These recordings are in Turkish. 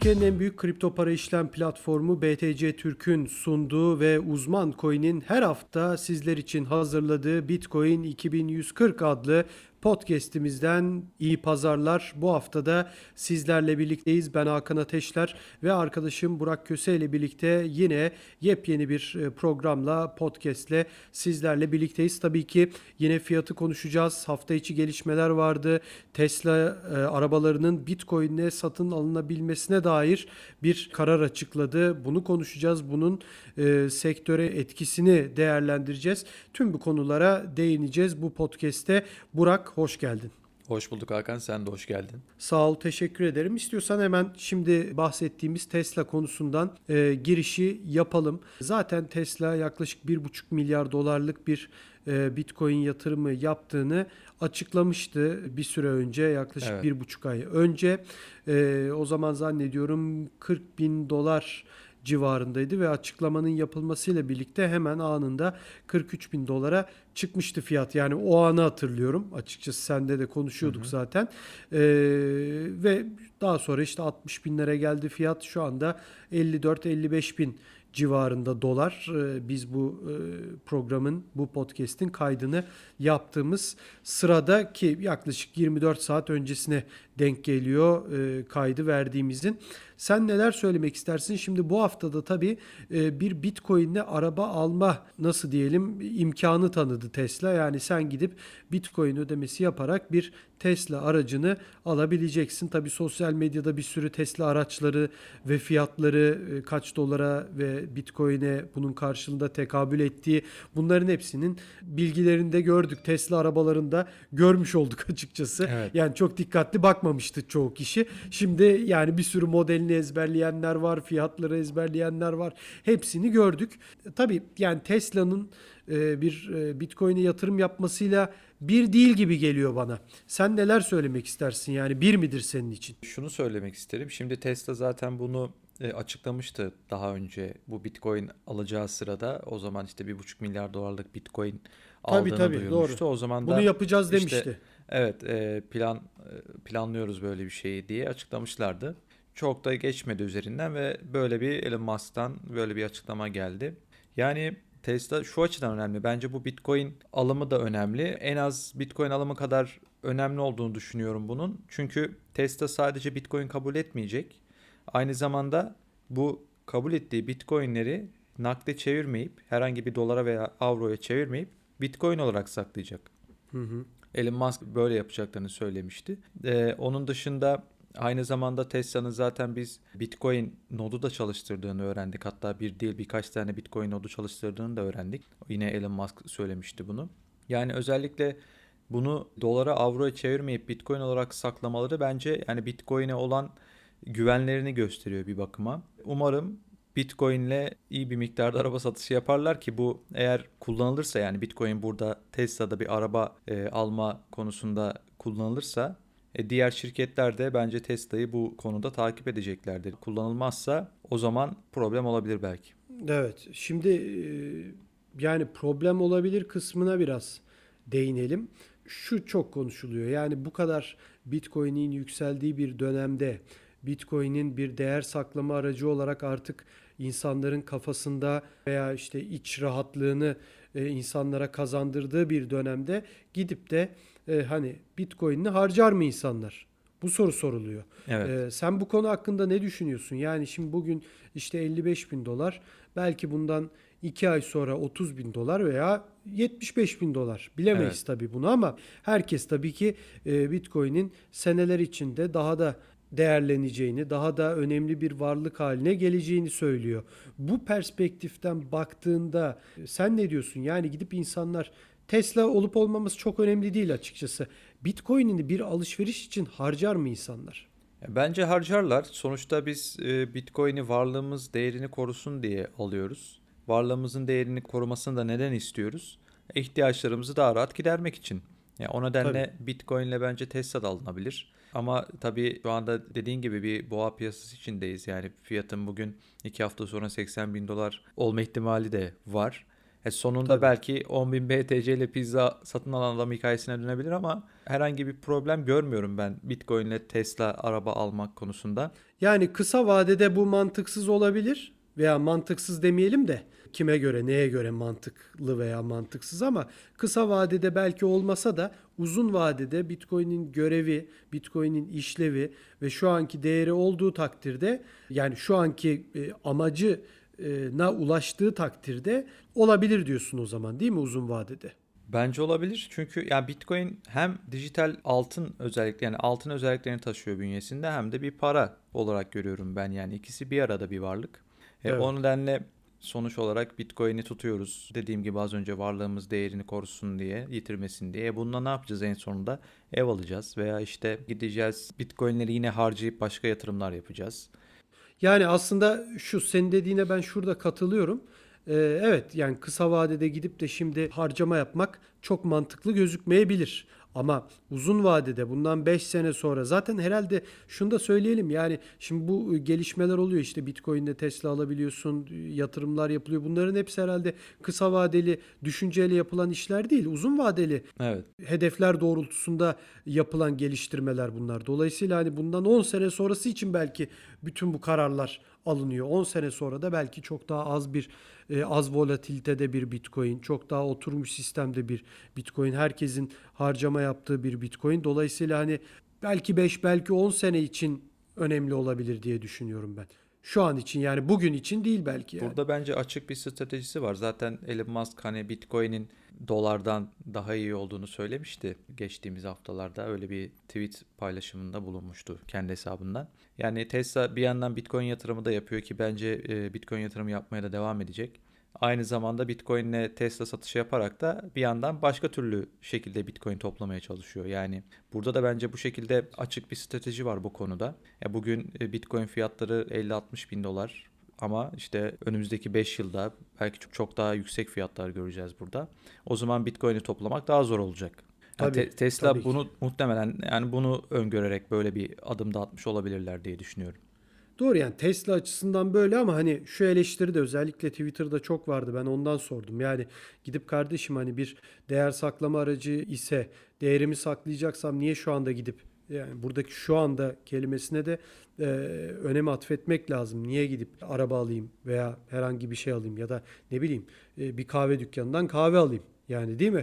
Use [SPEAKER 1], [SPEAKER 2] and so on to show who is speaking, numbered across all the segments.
[SPEAKER 1] Türkiye'nin en büyük kripto para işlem platformu BTC Türk'ün sunduğu ve uzman coin'in her hafta sizler için hazırladığı Bitcoin 2140 adlı podcast'imizden iyi pazarlar. Bu hafta da sizlerle birlikteyiz. Ben Hakan Ateşler ve arkadaşım Burak Köse ile birlikte yine yepyeni bir programla, podcast'le sizlerle birlikteyiz. Tabii ki yine fiyatı konuşacağız. Hafta içi gelişmeler vardı. Tesla arabalarının Bitcoin'le satın alınabilmesine dair bir karar açıkladı. Bunu konuşacağız. Bunun sektöre etkisini değerlendireceğiz. Tüm bu konulara değineceğiz bu podcast'te. Burak, hoş geldin.
[SPEAKER 2] Hoş bulduk Hakan, sen de hoş geldin.
[SPEAKER 1] Sağ ol, teşekkür ederim. İstiyorsan hemen şimdi bahsettiğimiz Tesla konusundan girişi yapalım. Zaten Tesla yaklaşık 1,5 milyar dolarlık bir Bitcoin yatırımı yaptığını açıklamıştı bir süre önce, yaklaşık
[SPEAKER 2] Evet.
[SPEAKER 1] 1,5 ay önce. O zaman zannediyorum 40 bin dolar civarındaydı ve açıklamanın yapılmasıyla birlikte hemen anında 43 bin dolara çıkmıştı fiyat. Yani o anı hatırlıyorum. Açıkçası sende de konuşuyorduk zaten. Ve daha sonra işte 60 binlere geldi fiyat. Şu anda 54-55 bin civarında dolar. Biz bu programın, bu podcast'in kaydını yaptığımız sırada, ki yaklaşık 24 saat öncesine denk geliyor kaydı verdiğimizin. Sen neler söylemek istersin? Şimdi bu haftada tabii bir Bitcoin'le araba alma, nasıl diyelim, imkanı tanıdı Tesla. Yani sen gidip Bitcoin ödemesi yaparak bir Tesla aracını alabileceksin. Tabii sosyal medyada bir sürü Tesla araçları ve fiyatları kaç dolara ve Bitcoin'e bunun karşılığında tekabül ettiği, bunların hepsinin bilgilerini de gördük. Tesla arabalarında görmüş olduk açıkçası.
[SPEAKER 2] Evet.
[SPEAKER 1] Yani çok dikkatli bakmamıştı çoğu kişi. Şimdi yani bir sürü modelini ezberleyenler var, fiyatları ezberleyenler var. Hepsini gördük. Tabii yani Tesla'nın bir Bitcoin'e yatırım yapmasıyla bir değil gibi geliyor bana. Sen neler söylemek istersin? Yani bir midir senin için?
[SPEAKER 2] Şunu söylemek isterim. Şimdi Tesla zaten bunu açıklamıştı daha önce bu Bitcoin alacağı sırada. O zaman işte 1,5 milyar dolarlık Bitcoin aldığını
[SPEAKER 1] Tabii doğru.
[SPEAKER 2] duyurmuştu. O zaman
[SPEAKER 1] Bunu
[SPEAKER 2] da
[SPEAKER 1] yapacağız
[SPEAKER 2] işte
[SPEAKER 1] demişti.
[SPEAKER 2] evet, planlıyoruz böyle bir şeyi diye açıklamışlardı. Çok da geçmedi üzerinden ve böyle bir Elon Musk'tan böyle bir açıklama geldi. Yani Tesla şu açıdan önemli. Bence bu Bitcoin alımı da önemli. En az Bitcoin alımı kadar önemli olduğunu düşünüyorum bunun. Çünkü Tesla sadece Bitcoin kabul etmeyecek. Aynı zamanda bu kabul ettiği Bitcoin'leri nakde çevirmeyip, herhangi bir dolara veya avroya çevirmeyip Bitcoin olarak saklayacak.
[SPEAKER 1] Hı hı.
[SPEAKER 2] Elon Musk böyle yapacaklarını söylemişti. Onun dışında aynı zamanda Tesla'nın zaten biz Bitcoin nodu da çalıştırdığını öğrendik. Hatta bir değil birkaç tane Bitcoin nodu çalıştırdığını da öğrendik. Yine Elon Musk söylemişti bunu. Yani özellikle bunu dolara, avroya çevirmeyip Bitcoin olarak saklamaları bence yani Bitcoin'e olan güvenlerini gösteriyor bir bakıma. Umarım Bitcoin'le iyi bir miktarda araba satışı yaparlar ki bu eğer kullanılırsa, yani Bitcoin burada Tesla'da bir araba alma konusunda kullanılırsa diğer şirketler de bence Tesla'yı bu konuda takip edeceklerdir. Kullanılmazsa o zaman problem olabilir belki.
[SPEAKER 1] Evet. Şimdi yani problem olabilir kısmına biraz değinelim. Şu çok konuşuluyor. Yani bu kadar Bitcoin'in yükseldiği bir dönemde Bitcoin'in bir değer saklama aracı olarak artık insanların kafasında veya işte iç rahatlığını insanlara kazandırdığı bir dönemde gidip de hani Bitcoin'ini harcar mı insanlar? Bu soru soruluyor.
[SPEAKER 2] Evet.
[SPEAKER 1] Sen bu konu hakkında ne düşünüyorsun? Yani şimdi bugün işte 55 bin dolar, belki bundan 2 ay sonra 30 bin dolar veya 75 bin dolar.
[SPEAKER 2] Evet.
[SPEAKER 1] Bilemeyiz tabii bunu, ama herkes tabii ki Bitcoin'in seneler içinde daha da değerleneceğini, daha da önemli bir varlık haline geleceğini söylüyor. Bu perspektiften baktığında sen ne diyorsun? Yani gidip insanlar, Tesla olup olmaması çok önemli değil açıkçası, Bitcoin'ini bir alışveriş için harcar mı insanlar?
[SPEAKER 2] Bence harcarlar. Sonuçta biz Bitcoin'i varlığımız değerini korusun diye alıyoruz. Varlığımızın değerini korumasını da neden istiyoruz? İhtiyaçlarımızı daha rahat gidermek için. Yani o
[SPEAKER 1] Tabii.
[SPEAKER 2] nedenle Bitcoin'le bence Tesla da alınabilir. Ama tabii şu anda dediğin gibi bir boğa piyasası içindeyiz. Yani fiyatın bugün 2 hafta sonra 80 bin dolar olma ihtimali de var. Sonunda
[SPEAKER 1] Tabii.
[SPEAKER 2] belki 10.000 BTC ile pizza satın alan adam hikayesine dönebilir ama herhangi bir problem görmüyorum ben Bitcoin ile Tesla araba almak konusunda.
[SPEAKER 1] Yani kısa vadede bu mantıksız olabilir veya mantıksız demeyelim de kime göre neye göre mantıklı veya mantıksız, ama kısa vadede belki olmasa da uzun vadede Bitcoin'in görevi, Bitcoin'in işlevi ve şu anki değeri olduğu takdirde, yani şu anki amacına ulaştığı takdirde olabilir diyorsun o zaman, değil mi uzun vadede?
[SPEAKER 2] Bence olabilir çünkü yani Bitcoin hem dijital altın özellikle yani altın özelliklerini taşıyor bünyesinde hem de bir para olarak görüyorum ben, yani ikisi bir arada bir varlık.
[SPEAKER 1] Evet.
[SPEAKER 2] O nedenle sonuç olarak Bitcoin'i tutuyoruz. Dediğim gibi az önce varlığımız değerini korusun diye, yitirmesin diye. Bununla ne yapacağız en sonunda? Ev alacağız veya işte gideceğiz Bitcoin'leri yine harcayıp başka yatırımlar yapacağız.
[SPEAKER 1] Yani aslında şu senin dediğine ben şurada katılıyorum. Evet, yani kısa vadede gidip de şimdi harcama yapmak çok mantıklı gözükmeyebilir. Ama uzun vadede bundan 5 sene sonra zaten herhalde şunu da söyleyelim, yani şimdi bu gelişmeler oluyor, işte Bitcoin'de Tesla alabiliyorsun, yatırımlar yapılıyor. Bunların hepsi herhalde kısa vadeli düşünceyle yapılan işler değil. Uzun vadeli
[SPEAKER 2] Evet.
[SPEAKER 1] hedefler doğrultusunda yapılan geliştirmeler bunlar. Dolayısıyla hani bundan 10 sene sonrası için belki bütün bu kararlar alınıyor. 10 sene sonra da belki çok daha az volatilitede bir Bitcoin, çok daha oturmuş sistemde bir Bitcoin, herkesin harcama yaptığı bir Bitcoin. Dolayısıyla hani belki 5 belki 10 sene için önemli olabilir diye düşünüyorum ben. Şu an için, yani bugün için değil belki yani.
[SPEAKER 2] Burada bence açık bir stratejisi var. Zaten Elon Musk hani Bitcoin'in dolardan daha iyi olduğunu söylemişti. Geçtiğimiz haftalarda öyle bir tweet paylaşımında bulunmuştu kendi hesabından. Yani Tesla bir yandan Bitcoin yatırımı da yapıyor ki bence Bitcoin yatırımı yapmaya da devam edecek. Aynı zamanda Bitcoin'le Tesla satışı yaparak da bir yandan başka türlü şekilde Bitcoin toplamaya çalışıyor. Yani burada da bence bu şekilde açık bir strateji var bu konuda. Bugün Bitcoin fiyatları 50-60 bin dolar. Ama işte önümüzdeki 5 yılda belki çok daha yüksek fiyatlar göreceğiz burada. O zaman Bitcoin'i toplamak daha zor olacak. Yani
[SPEAKER 1] Tabii,
[SPEAKER 2] Tesla
[SPEAKER 1] tabii ki.
[SPEAKER 2] bunu muhtemelen yani bunu öngörerek böyle bir adım da atmış olabilirler diye düşünüyorum.
[SPEAKER 1] Doğru, yani Tesla açısından böyle, ama hani şu eleştiri de özellikle Twitter'da çok vardı. Ben ondan sordum. Yani gidip kardeşim, hani bir değer saklama aracı ise değerimi saklayacaksam niye şu anda gidip, yani buradaki şu anda kelimesine de önem atfetmek lazım. Niye gidip araba alayım veya herhangi bir şey alayım ya da ne bileyim bir kahve dükkanından kahve alayım. Yani değil mi?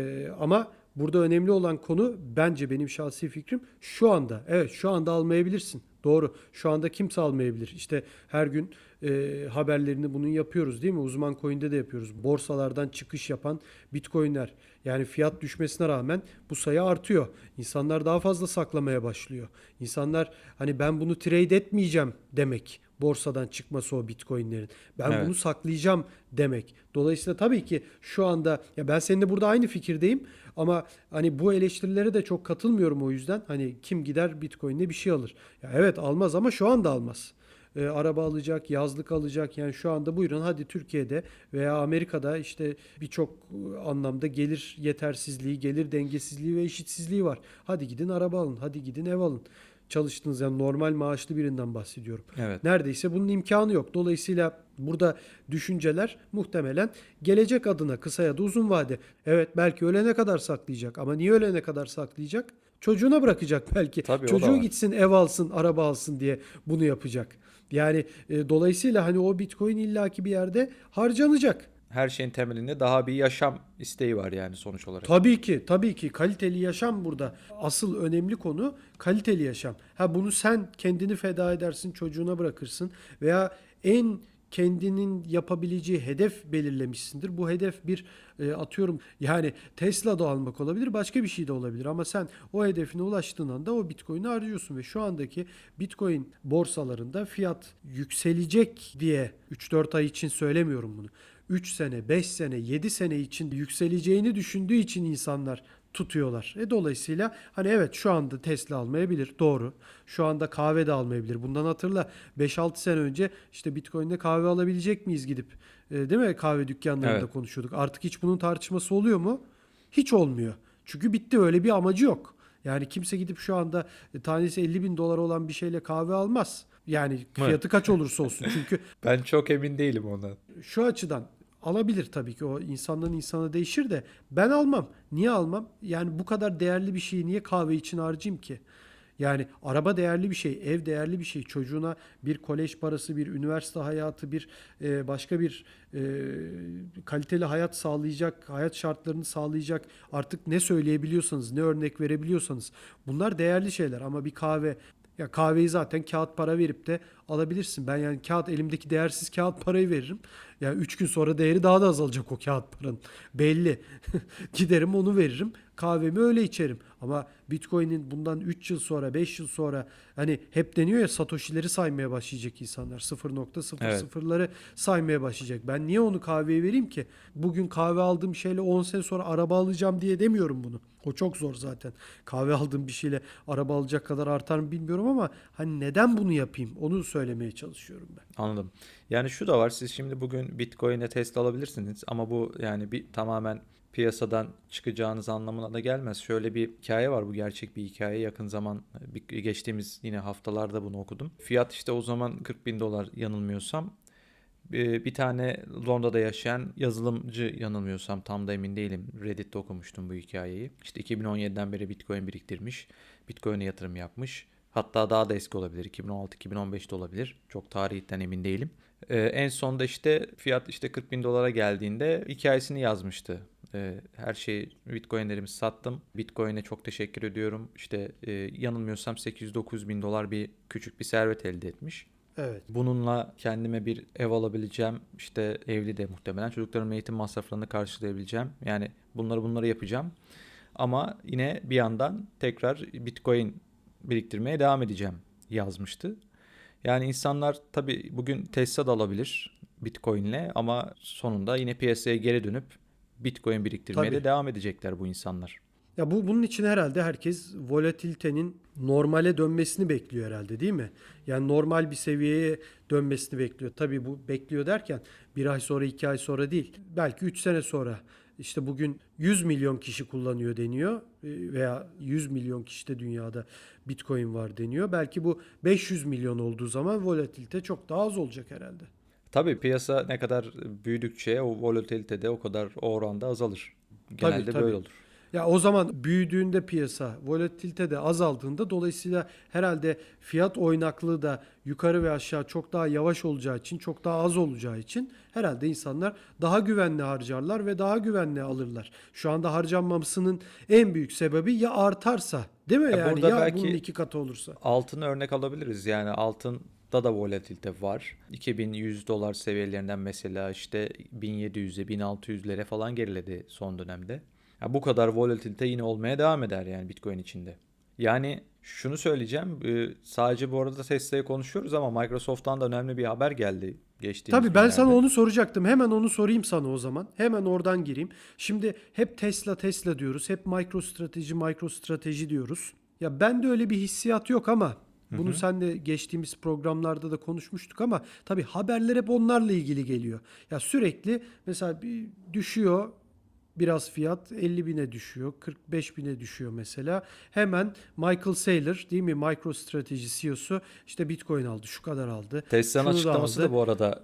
[SPEAKER 1] Ama burada önemli olan konu, bence benim şahsi fikrim, şu anda. Evet, şu anda almayabilirsin. Doğru. Şu anda kimse almayabilir. İşte her gün haberlerini bunun yapıyoruz, değil mi? Uzman Coin'de de yapıyoruz. Borsalardan çıkış yapan Bitcoin'ler. Yani fiyat düşmesine rağmen bu sayı artıyor. İnsanlar daha fazla saklamaya başlıyor. İnsanlar hani ben bunu trade etmeyeceğim demek. Borsadan çıkması o Bitcoin'lerin. Ben bunu
[SPEAKER 2] Evet.
[SPEAKER 1] saklayacağım demek. Dolayısıyla tabii ki şu anda, ya ben seninle burada aynı fikirdeyim, ama hani bu eleştirilere de çok katılmıyorum o yüzden. Hani kim gider Bitcoin'le bir şey alır? Ya evet, almaz ama şu anda almaz. Araba alacak, yazlık alacak. Yani şu anda buyurun, hadi Türkiye'de veya Amerika'da işte birçok anlamda gelir yetersizliği, gelir dengesizliği ve eşitsizliği var. Hadi gidin araba alın, hadi gidin ev alın. Çalıştığınız, yani normal maaşlı birinden bahsediyorum.
[SPEAKER 2] Evet.
[SPEAKER 1] Neredeyse bunun imkanı yok. Dolayısıyla burada düşünceler muhtemelen gelecek adına, kısa ya da uzun vade. Evet, belki ölene kadar saklayacak, ama niye ölene kadar saklayacak? Çocuğuna bırakacak belki.
[SPEAKER 2] Tabii o da
[SPEAKER 1] Çocuğu
[SPEAKER 2] var.
[SPEAKER 1] gitsin ev alsın, araba alsın diye bunu yapacak. Yani dolayısıyla hani o Bitcoin illaki bir yerde harcanacak.
[SPEAKER 2] Her şeyin temelinde daha bir yaşam isteği var yani sonuç olarak.
[SPEAKER 1] Tabii ki, tabii ki kaliteli yaşam burada. Asıl önemli konu kaliteli yaşam. Ha, bunu sen kendini feda edersin, çocuğuna bırakırsın veya en kendinin yapabileceği hedef belirlemişsindir. Bu hedef bir atıyorum, yani Tesla da almak olabilir, başka bir şey de olabilir, ama sen o hedefine ulaştığın anda o Bitcoin'i harcıyorsun ve şu andaki Bitcoin borsalarında fiyat yükselecek diye, 3-4 ay için söylemiyorum bunu, 3 sene, 5 sene, 7 sene için yükseleceğini düşündüğü için insanlar tutuyorlar. Dolayısıyla hani evet, şu anda Tesla almayabilir. Doğru. Şu anda kahve de almayabilir. Bundan hatırla, 5-6 sene önce işte Bitcoin'de kahve alabilecek miyiz gidip? Değil mi? Kahve dükkanlarında
[SPEAKER 2] Evet.
[SPEAKER 1] konuşuyorduk. Artık hiç bunun tartışması oluyor mu? Hiç olmuyor. Çünkü bitti, öyle bir amacı yok. Yani kimse gidip şu anda tanesi 50 bin dolar olan bir şeyle kahve almaz. Yani
[SPEAKER 2] Evet.
[SPEAKER 1] fiyatı kaç olursa olsun. Çünkü
[SPEAKER 2] Ben çok emin değilim ondan.
[SPEAKER 1] şu açıdan alabilir tabii ki. O insandan insana değişir de ben almam. Niye almam? Yani bu kadar değerli bir şeyi niye kahve için harcayayım ki? Yani araba değerli bir şey, ev değerli bir şey. Çocuğuna bir kolej parası, bir üniversite hayatı, bir başka bir kaliteli hayat sağlayacak, hayat şartlarını sağlayacak. Artık ne söyleyebiliyorsanız, ne örnek verebiliyorsanız bunlar değerli şeyler. Ama bir kahve, ya kahveyi zaten kağıt para verip de alabilirsin. Ben yani kağıt, elimdeki değersiz kağıt parayı veririm. Yani 3 gün sonra değeri daha da azalacak o kağıt paranın. Belli. Giderim onu veririm. Kahvemi öyle içerim. Ama Bitcoin'in bundan 3 yıl sonra, 5 yıl sonra, hani hep deniyor ya, Satoshi'leri saymaya başlayacak insanlar.
[SPEAKER 2] Evet.
[SPEAKER 1] 0.00'ları saymaya başlayacak. Ben niye onu kahveye vereyim ki? Bugün kahve aldığım şeyle 10 sene sonra araba alacağım diye demiyorum bunu. O çok zor zaten. Kahve aldığım bir şeyle araba alacak kadar artar mı bilmiyorum ama hani neden bunu yapayım? Onu söylemeye çalışıyorum ben.
[SPEAKER 2] Anladım. Yani şu da var. Siz şimdi bugün Bitcoin'e Tesla alabilirsiniz ama bu yani bir tamamen piyasadan çıkacağınız anlamına da gelmez. Şöyle bir hikaye var. Bu gerçek bir hikaye. Yakın zaman geçtiğimiz yine haftalarda bunu okudum. Fiyat işte o zaman 40 bin dolar yanılmıyorsam. Bir tane Londra'da yaşayan yazılımcı, yanılmıyorsam tam da emin değilim. Reddit'te okumuştum bu hikayeyi. İşte 2017'den beri Bitcoin biriktirmiş. Bitcoin'e yatırım yapmış. Hatta daha da eski olabilir. 2016-2015'te olabilir. Çok tarihten emin değilim. En sonda işte fiyat işte 40 bin dolara geldiğinde hikayesini yazmıştı. Her şeyi, Bitcoin'lerimi sattım. Bitcoin'e çok teşekkür ediyorum. İşte yanılmıyorsam 809 bin dolar bir küçük bir servet elde etmiş.
[SPEAKER 1] Evet.
[SPEAKER 2] Bununla kendime bir ev alabileceğim. İşte evli de muhtemelen. Çocuklarımın eğitim masraflarını karşılayabileceğim. Yani bunları yapacağım. Ama yine bir yandan tekrar Bitcoin biriktirmeye devam edeceğim yazmıştı. Yani insanlar tabii bugün Tesla da alabilir Bitcoin'le ama sonunda yine piyasaya geri dönüp Bitcoin biriktirmeye
[SPEAKER 1] Tabii.
[SPEAKER 2] de devam edecekler bu insanlar.
[SPEAKER 1] Ya bunun için herhalde herkes volatilitenin normale dönmesini bekliyor herhalde, değil mi? Yani normal bir seviyeye dönmesini bekliyor. Tabii bu bekliyor derken bir ay sonra, 2 ay sonra değil. Belki 3 sene sonra. İşte bugün 100 milyon kişi kullanıyor deniyor veya 100 milyon kişi de dünyada Bitcoin var deniyor. Belki bu 500 milyon olduğu zaman volatilite çok daha az olacak herhalde.
[SPEAKER 2] Tabii piyasa ne kadar büyüdükçe o volatilite de o kadar o oranda azalır.
[SPEAKER 1] Tabii
[SPEAKER 2] Genelde
[SPEAKER 1] tabii.
[SPEAKER 2] böyle olur.
[SPEAKER 1] Ya o zaman büyüdüğünde piyasa, volatilite de azaldığında, dolayısıyla herhalde fiyat oynaklığı da yukarı ve aşağı çok daha yavaş olacağı için, çok daha az olacağı için herhalde insanlar daha güvenli harcarlar ve daha güvenli alırlar. Şu anda harcanmamasının en büyük sebebi ya artarsa, değil mi?
[SPEAKER 2] Ya
[SPEAKER 1] Yani
[SPEAKER 2] burada
[SPEAKER 1] ya bunun
[SPEAKER 2] belki
[SPEAKER 1] 2 katı olursa.
[SPEAKER 2] altını örnek alabiliriz. Yani altında da volatilite var. 2100 dolar seviyelerinden mesela işte 1700'e 1600'lere falan geriledi son dönemde. Ya bu kadar volatilite yine olmaya devam eder yani Bitcoin içinde. Yani şunu söyleyeceğim. Sadece bu arada Tesla'yı konuşuyoruz ama Microsoft'tan da önemli bir haber geldi geçtiğimiz
[SPEAKER 1] Tabii ben sana
[SPEAKER 2] günlerde.
[SPEAKER 1] onu soracaktım. Hemen onu sorayım sana o zaman. Hemen oradan gireyim. Şimdi hep Tesla Tesla diyoruz. Hep MicroStrateji diyoruz. Ya bende öyle bir hissiyat yok ama
[SPEAKER 2] Hı
[SPEAKER 1] bunu
[SPEAKER 2] hı.
[SPEAKER 1] sen de geçtiğimiz programlarda da konuşmuştuk ama tabii haberler hep onlarla ilgili geliyor. Ya sürekli mesela bir düşüyor biraz fiyat, 50 bine düşüyor, 45 bine düşüyor mesela. Hemen Michael Saylor, değil mi, MicroStrateji CEO'su, işte Bitcoin aldı, şu kadar aldı,
[SPEAKER 2] Tesla'nın
[SPEAKER 1] şunu da
[SPEAKER 2] açıklaması da
[SPEAKER 1] aldı.
[SPEAKER 2] bu arada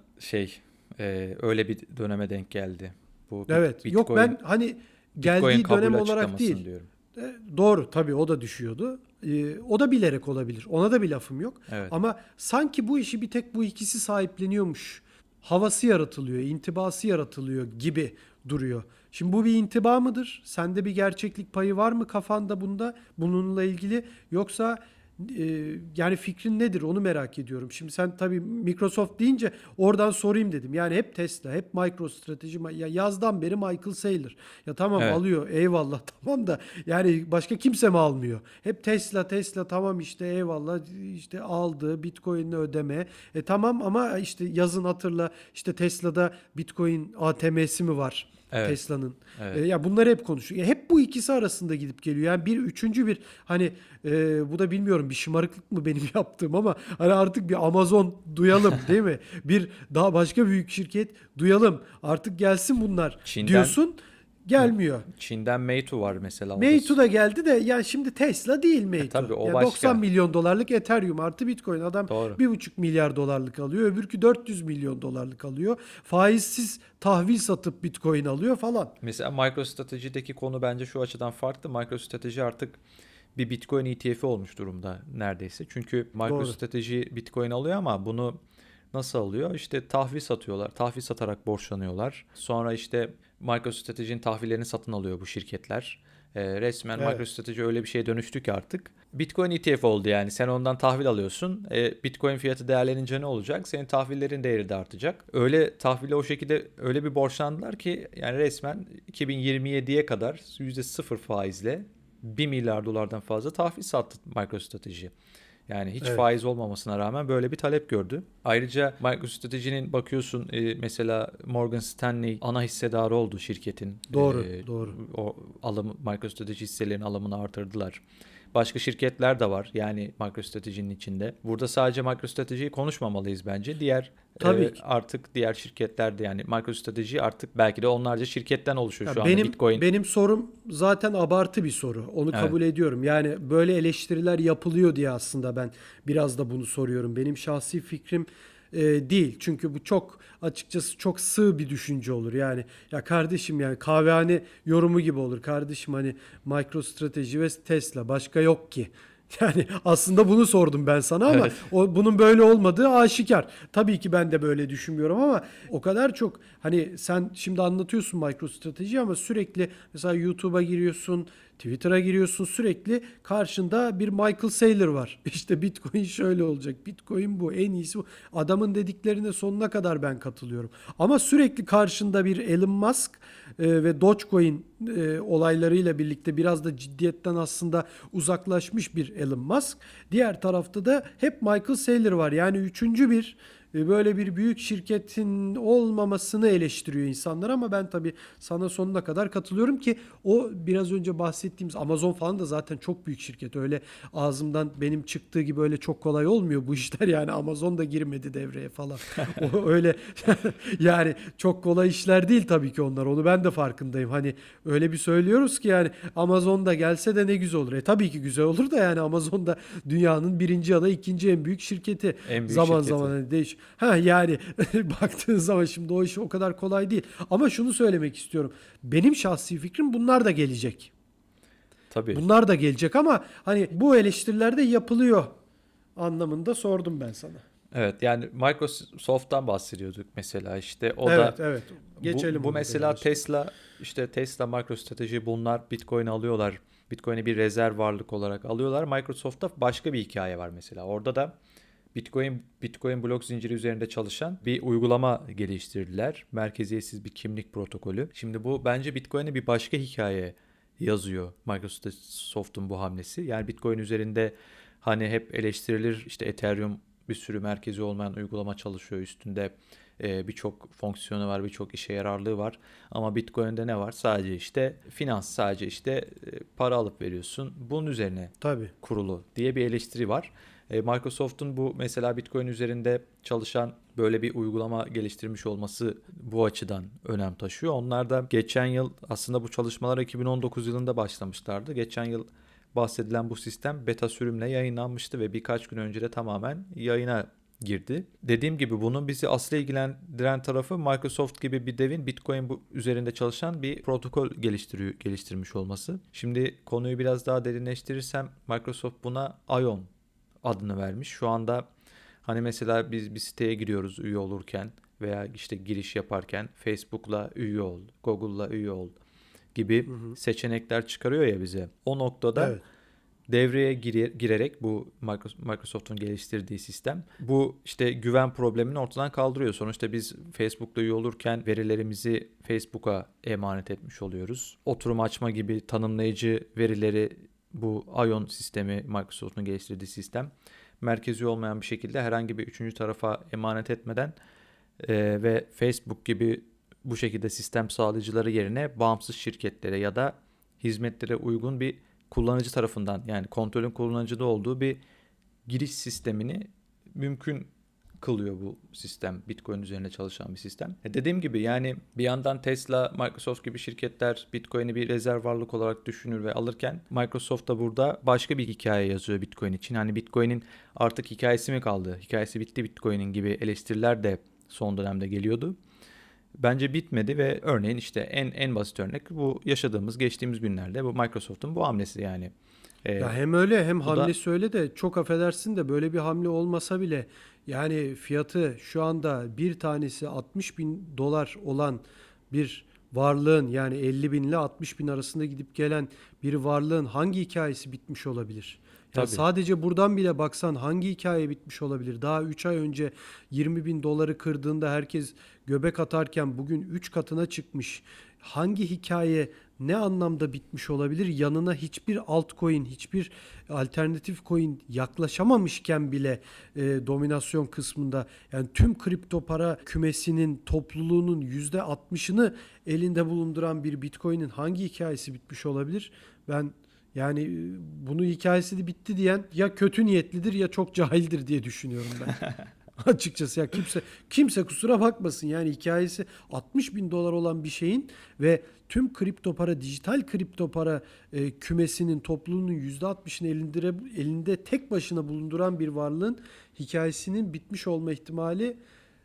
[SPEAKER 2] öyle bir döneme denk geldi. Bu
[SPEAKER 1] Evet. Yok, ben hani
[SPEAKER 2] Bitcoin
[SPEAKER 1] geldiği
[SPEAKER 2] kabul
[SPEAKER 1] dönem olarak
[SPEAKER 2] açıklamasını
[SPEAKER 1] değil.
[SPEAKER 2] diyorum.
[SPEAKER 1] Doğru, tabii o da düşüyordu. O da bilerek olabilir. Ona da bir lafım yok.
[SPEAKER 2] Evet.
[SPEAKER 1] Ama sanki bu işi bir tek bu ikisi sahipleniyormuş havası yaratılıyor, intibası yaratılıyor gibi duruyor. Şimdi bu bir intiba mıdır? Sende bir gerçeklik payı var mı kafanda bunda, bununla ilgili, yoksa yani fikrin nedir, onu merak ediyorum. Şimdi sen tabii Microsoft deyince oradan sorayım dedim. Yani hep Tesla, hep MicroStrateji, ya yazdan beri Michael Saylor. Ya tamam,
[SPEAKER 2] Evet.
[SPEAKER 1] alıyor eyvallah, tamam da yani başka kimse mi almıyor? Hep Tesla Tesla, tamam işte eyvallah, işte aldı Bitcoin'le ödeme. Tamam ama işte yazın hatırla, işte Tesla'da Bitcoin ATM'si mi var?
[SPEAKER 2] Evet.
[SPEAKER 1] Tesla'nın.
[SPEAKER 2] Evet.
[SPEAKER 1] Ya bunları hep konuşuyor. Hep bu ikisi arasında gidip geliyor. Yani bir üçüncü bir hani bu da bilmiyorum bir şımarıklık mı benim yaptığım ama hani artık bir Amazon duyalım, değil mi? Bir daha başka büyük şirket duyalım. Artık gelsin bunlar
[SPEAKER 2] Çin'den
[SPEAKER 1] diyorsun. gelmiyor.
[SPEAKER 2] Çin'den Meitu var mesela.
[SPEAKER 1] Meitu da geldi de yani şimdi Tesla değil Meitu.
[SPEAKER 2] Tabii o
[SPEAKER 1] Yani
[SPEAKER 2] başka.
[SPEAKER 1] 90 milyon dolarlık Ethereum artı Bitcoin. Adam
[SPEAKER 2] Doğru.
[SPEAKER 1] 1,5 milyar dolarlık alıyor. Öbürkü 400 milyon dolarlık alıyor. Faizsiz tahvil satıp Bitcoin alıyor falan.
[SPEAKER 2] Mesela MicroStrategy'deki konu bence şu açıdan farklı. MicroStrategy artık bir Bitcoin ETF'i olmuş durumda neredeyse. Çünkü MicroStrategy Bitcoin alıyor ama bunu nasıl alıyor? İşte tahvil satıyorlar. Tahvil satarak borçlanıyorlar. Sonra işte MicroStrategy'nin tahvillerini satın alıyor bu şirketler. Resmen
[SPEAKER 1] Evet.
[SPEAKER 2] MicroStrategy öyle bir şeye dönüştü ki artık. Bitcoin ETF oldu yani. Sen ondan tahvil alıyorsun. Bitcoin fiyatı değerlenince ne olacak? Senin tahvillerin değeri de artacak. Öyle tahvile o şekilde öyle bir borçlandılar ki yani resmen 2027'ye kadar %0 faizle 1 milyar dolardan fazla tahvil sattı MicroStrategy. Yani hiç
[SPEAKER 1] Evet.
[SPEAKER 2] faiz olmamasına rağmen böyle bir talep gördü. Ayrıca MicroStrategy'nin bakıyorsun mesela Morgan Stanley ana hissedarı oldu şirketin.
[SPEAKER 1] Doğru, doğru.
[SPEAKER 2] O MicroStrategy hisselerinin alımını artırdılar. Başka şirketler de var yani MicroStrategy'nin içinde. Burada sadece MicroStrategy'yi konuşmamalıyız bence.
[SPEAKER 1] Tabii ki.
[SPEAKER 2] Artık diğer şirketler de yani MicroStrategy artık belki de onlarca şirketten oluşuyor
[SPEAKER 1] Ya
[SPEAKER 2] şu anda
[SPEAKER 1] benim
[SPEAKER 2] Bitcoin.
[SPEAKER 1] benim sorum zaten abartı bir soru. Onu
[SPEAKER 2] Evet.
[SPEAKER 1] kabul ediyorum. Yani böyle eleştiriler yapılıyor diye aslında ben biraz da bunu soruyorum. Benim şahsi fikrim değil. Çünkü bu çok açıkçası çok sığ bir düşünce olur. Yani ya kardeşim yani kahvehane yorumu gibi olur. Kardeşim hani MicroStrategy ve Tesla başka yok ki. Yani aslında bunu sordum ben sana ama
[SPEAKER 2] Evet.
[SPEAKER 1] bunun böyle olmadığı aşikar. Tabii ki ben de böyle düşünmüyorum ama o kadar çok hani sen şimdi anlatıyorsun MicroStrateji ama sürekli mesela YouTube'a giriyorsun, Twitter'a giriyorsun sürekli karşında bir Michael Saylor var. İşte Bitcoin şöyle olacak, Bitcoin bu, en iyisi bu. Adamın dediklerine sonuna kadar ben katılıyorum. Ama sürekli karşında bir Elon Musk ve Dogecoin olaylarıyla birlikte biraz da ciddiyetten aslında uzaklaşmış bir Elon Musk. Diğer tarafta da hep Michael Saylor var. Yani üçüncü bir böyle bir büyük şirketin olmamasını eleştiriyor insanlar ama ben tabii sana sonuna kadar katılıyorum ki o biraz önce bahsettiğimiz Amazon falan da zaten çok büyük şirket. Öyle ağzımdan benim çıktığı gibi öyle çok kolay olmuyor bu işler yani Amazon da girmedi devreye falan. O öyle yani çok kolay işler değil tabii ki onlar. Onu ben de farkındayım. Hani öyle bir söylüyoruz ki yani Amazon da gelse de ne güzel olur. Tabii ki güzel olur da yani Amazon da dünyanın birinci ya da ikinci en büyük şirketi.
[SPEAKER 2] En büyük
[SPEAKER 1] Zaman
[SPEAKER 2] şirketi.
[SPEAKER 1] zaman hani değiş. Ha yani baktığın zaman şimdi o iş o kadar kolay değil. Ama şunu söylemek istiyorum. Benim şahsi fikrim bunlar da gelecek.
[SPEAKER 2] Tabii.
[SPEAKER 1] Bunlar da gelecek ama hani bu eleştiriler de yapılıyor anlamında sordum ben sana.
[SPEAKER 2] Evet yani Microsoft'tan bahsediyorduk mesela işte o
[SPEAKER 1] Evet,
[SPEAKER 2] da
[SPEAKER 1] evet. Geçelim
[SPEAKER 2] bu
[SPEAKER 1] onu da
[SPEAKER 2] mesela
[SPEAKER 1] yavaş.
[SPEAKER 2] Tesla MicroStrategy bunlar Bitcoin alıyorlar. Bitcoin'i bir rezerv varlık olarak alıyorlar. Microsoft'ta başka bir hikaye var mesela. Orada da Bitcoin blok zinciri üzerinde çalışan bir uygulama geliştirdiler. Merkeziyetsiz bir kimlik protokolü. Şimdi bu bence Bitcoin'e bir başka hikaye yazıyor Microsoft'un bu hamlesi. Yani Bitcoin üzerinde hani hep eleştirilir işte Ethereum bir sürü merkezi olmayan uygulama çalışıyor üstünde. Birçok fonksiyonu var, birçok işe yararlığı var. Ama Bitcoin'de ne var? Sadece işte finans, sadece işte para alıp veriyorsun. Bunun üzerine
[SPEAKER 1] Tabii.
[SPEAKER 2] kurulu diye bir eleştiri var. Microsoft'un bu mesela Bitcoin üzerinde çalışan böyle bir uygulama geliştirmiş olması bu açıdan önem taşıyor. Onlar da geçen yıl aslında bu çalışmalar 2019 yılında başlamışlardı. Geçen yıl bahsedilen bu sistem beta sürümle yayınlanmıştı ve birkaç gün önce de tamamen yayına girdi. Dediğim gibi bunun bizi asıl ilgilendiren tarafı Microsoft gibi bir devin Bitcoin üzerinde çalışan bir protokol geliştirmiş olması. Şimdi konuyu biraz daha derinleştirirsem Microsoft buna Ion adını vermiş. Şu anda hani mesela biz bir siteye giriyoruz üye olurken veya işte giriş yaparken Facebook'la üye ol, Google'la üye ol gibi seçenekler çıkarıyor ya bize. O noktada
[SPEAKER 1] Evet.
[SPEAKER 2] devreye girerek bu Microsoft'un geliştirdiği sistem bu işte güven problemini ortadan kaldırıyor. Sonuçta biz Facebook'ta üye olurken verilerimizi Facebook'a emanet etmiş oluyoruz. Oturum açma gibi tanımlayıcı verileri bu Ion sistemi Microsoft'un geliştirdiği sistem merkezi olmayan bir şekilde herhangi bir üçüncü tarafa emanet etmeden ve Facebook gibi bu şekilde sistem sağlayıcıları yerine bağımsız şirketlere ya da hizmetlere uygun bir kullanıcı tarafından yani kontrolün kullanıcıda olduğu bir giriş sistemini mümkün kılıyor bu sistem. Bitcoin üzerine çalışan bir sistem. Dediğim gibi yani bir yandan Tesla, Microsoft gibi şirketler Bitcoin'i bir rezerv varlık olarak düşünür ve alırken Microsoft da burada başka bir hikaye yazıyor Bitcoin için. Hani Bitcoin'in artık hikayesi mi kaldı? Hikayesi bitti Bitcoin'in gibi eleştiriler de son dönemde geliyordu. Bence bitmedi ve örneğin işte en basit örnek bu yaşadığımız geçtiğimiz günlerde bu Microsoft'un bu hamlesi yani.
[SPEAKER 1] Ya hem öyle hem
[SPEAKER 2] Bu da
[SPEAKER 1] hamlesi öyle de çok affedersin de böyle bir hamle olmasa bile yani fiyatı şu anda bir tanesi 60 bin dolar olan bir varlığın yani 50 bin ile 60 bin arasında gidip gelen bir varlığın hangi hikayesi bitmiş olabilir? Yani
[SPEAKER 2] tabii.
[SPEAKER 1] sadece buradan bile baksan hangi hikaye bitmiş olabilir? Daha 3 ay önce 20 bin doları kırdığında herkes göbek atarken bugün 3 katına çıkmış. Hangi hikaye ne anlamda bitmiş olabilir? Yanına hiçbir altcoin, hiçbir alternatif coin yaklaşamamışken bile dominasyon kısmında yani tüm kripto para kümesinin topluluğunun %60'ını elinde bulunduran bir Bitcoin'in hangi hikayesi bitmiş olabilir? Ben yani bunu hikayesi de bitti diyen ya kötü niyetlidir ya çok cahildir diye düşünüyorum ben. Açıkçası ya kimse kusura bakmasın yani hikayesi 60 bin dolar olan bir şeyin ve tüm kripto para dijital kripto para kümesinin topluluğunun %60'ını elinde tek başına bulunduran bir varlığın hikayesinin bitmiş olma ihtimali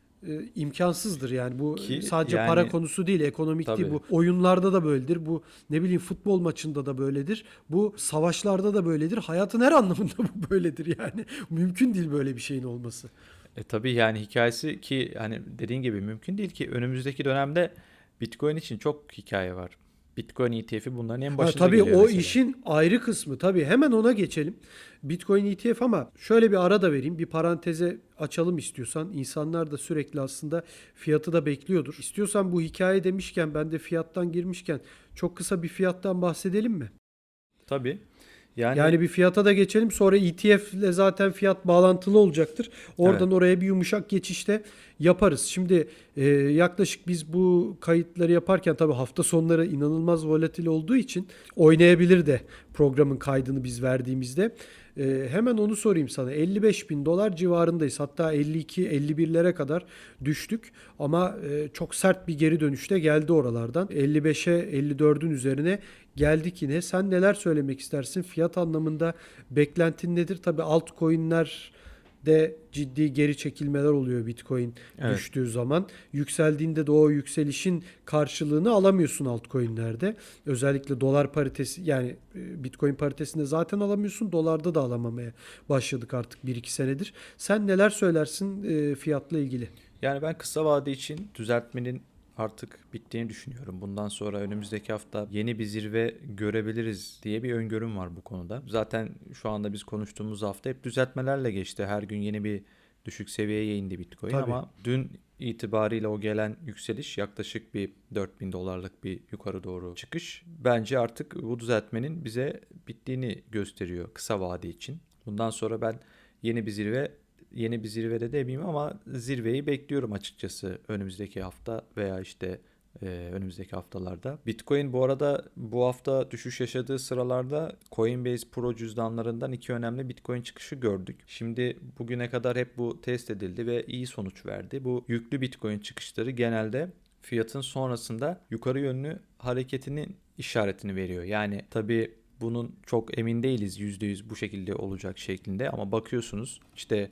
[SPEAKER 1] imkansızdır yani bu
[SPEAKER 2] Ki
[SPEAKER 1] sadece para
[SPEAKER 2] yani
[SPEAKER 1] konusu değil ekonomik değil
[SPEAKER 2] tabii.
[SPEAKER 1] bu oyunlarda da böyledir bu ne bileyim futbol maçında da böyledir bu savaşlarda da böyledir hayatın her anlamında bu böyledir yani mümkün değil böyle bir şeyin olması.
[SPEAKER 2] Tabii yani hikayesi ki hani dediğin gibi mümkün değil ki önümüzdeki dönemde Bitcoin için çok hikaye var. Bitcoin ETF'i bunların en
[SPEAKER 1] Ha,
[SPEAKER 2] başında
[SPEAKER 1] tabii
[SPEAKER 2] geliyor
[SPEAKER 1] o
[SPEAKER 2] mesela.
[SPEAKER 1] işin ayrı kısmı. Tabii hemen ona geçelim. Bitcoin ETF ama şöyle bir ara da vereyim. Bir paranteze açalım istiyorsan. İnsanlar da sürekli aslında fiyatı da bekliyordur. İstiyorsan bu hikaye demişken ben de fiyattan girmişken çok kısa bir fiyattan bahsedelim mi?
[SPEAKER 2] Tabii. Yani
[SPEAKER 1] Yani bir fiyata da geçelim. Sonra ETF ile zaten fiyat bağlantılı olacaktır.
[SPEAKER 2] evet.
[SPEAKER 1] Oradan oraya bir yumuşak geçişte yaparız. Şimdi yaklaşık biz bu kayıtları yaparken tabii hafta sonları inanılmaz volatil olduğu için oynayabilir de programın kaydını biz verdiğimizde. Hemen onu sorayım sana. 55 bin dolar civarındayız. Hatta 52-51'lere kadar düştük. Ama çok sert bir geri dönüşte geldi oralardan. 55'e 54'ün üzerine geldik yine. Sen neler söylemek istersin? Fiyat anlamında beklentin nedir? Tabii altcoin'ler de ciddi geri çekilmeler oluyor Bitcoin
[SPEAKER 2] Evet.
[SPEAKER 1] düştüğü zaman. Yükseldiğinde de o yükselişin karşılığını alamıyorsun altcoin'lerde. Özellikle dolar paritesi yani Bitcoin paritesinde zaten alamıyorsun. Dolarda da alamamaya başladık artık 1-2 senedir. Sen neler söylersin fiyatla ilgili?
[SPEAKER 2] Yani ben kısa vade için düzeltmenin artık bittiğini düşünüyorum. Bundan sonra önümüzdeki hafta yeni bir zirve görebiliriz diye bir öngörüm var bu konuda. Zaten şu anda biz konuştuğumuz hafta hep düzeltmelerle geçti. Her gün yeni bir düşük seviyeye indi Bitcoin
[SPEAKER 1] Tabii.
[SPEAKER 2] ama dün itibariyle o gelen yükseliş yaklaşık bir 4000 dolarlık bir yukarı doğru çıkış. Bence artık bu düzeltmenin bize bittiğini gösteriyor kısa vade için. Bundan sonra ben yeni bir zirve yeni bir zirvede demeyeyim ama zirveyi bekliyorum açıkçası önümüzdeki hafta veya işte önümüzdeki haftalarda. Bitcoin bu arada bu hafta düşüş yaşadığı sıralarda Coinbase Pro cüzdanlarından iki önemli Bitcoin çıkışı gördük. Şimdi bugüne kadar hep bu test edildi ve iyi sonuç verdi. Bu yüklü Bitcoin çıkışları genelde fiyatın sonrasında yukarı yönlü hareketinin işaretini veriyor. Yani tabii bunun çok emin değiliz %100 bu şekilde olacak şeklinde ama bakıyorsunuz işte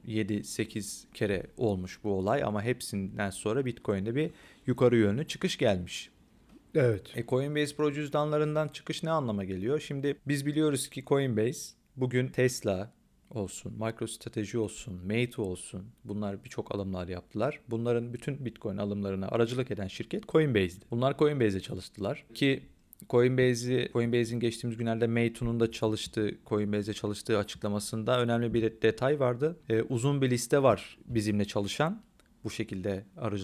[SPEAKER 2] 7-8 kere olmuş bu olay ama hepsinden sonra Bitcoin'de bir yukarı yönlü çıkış gelmiş.
[SPEAKER 1] Evet.
[SPEAKER 2] Coinbase Pro cüzdanlarından çıkış ne anlama geliyor? Şimdi biz biliyoruz ki Coinbase bugün Tesla olsun, MicroStrategy olsun, Mate olsun bunlar birçok alımlar yaptılar. Bunların bütün Bitcoin alımlarına aracılık eden şirket Coinbase'di. Bunlar Coinbase'e çalıştılar ki Coinbase'in geçtiğimiz günlerde Meitun'un da Coinbase'de çalıştığı açıklamasında önemli bir detay vardı. Uzun bir liste var bizimle çalışan, bu şekilde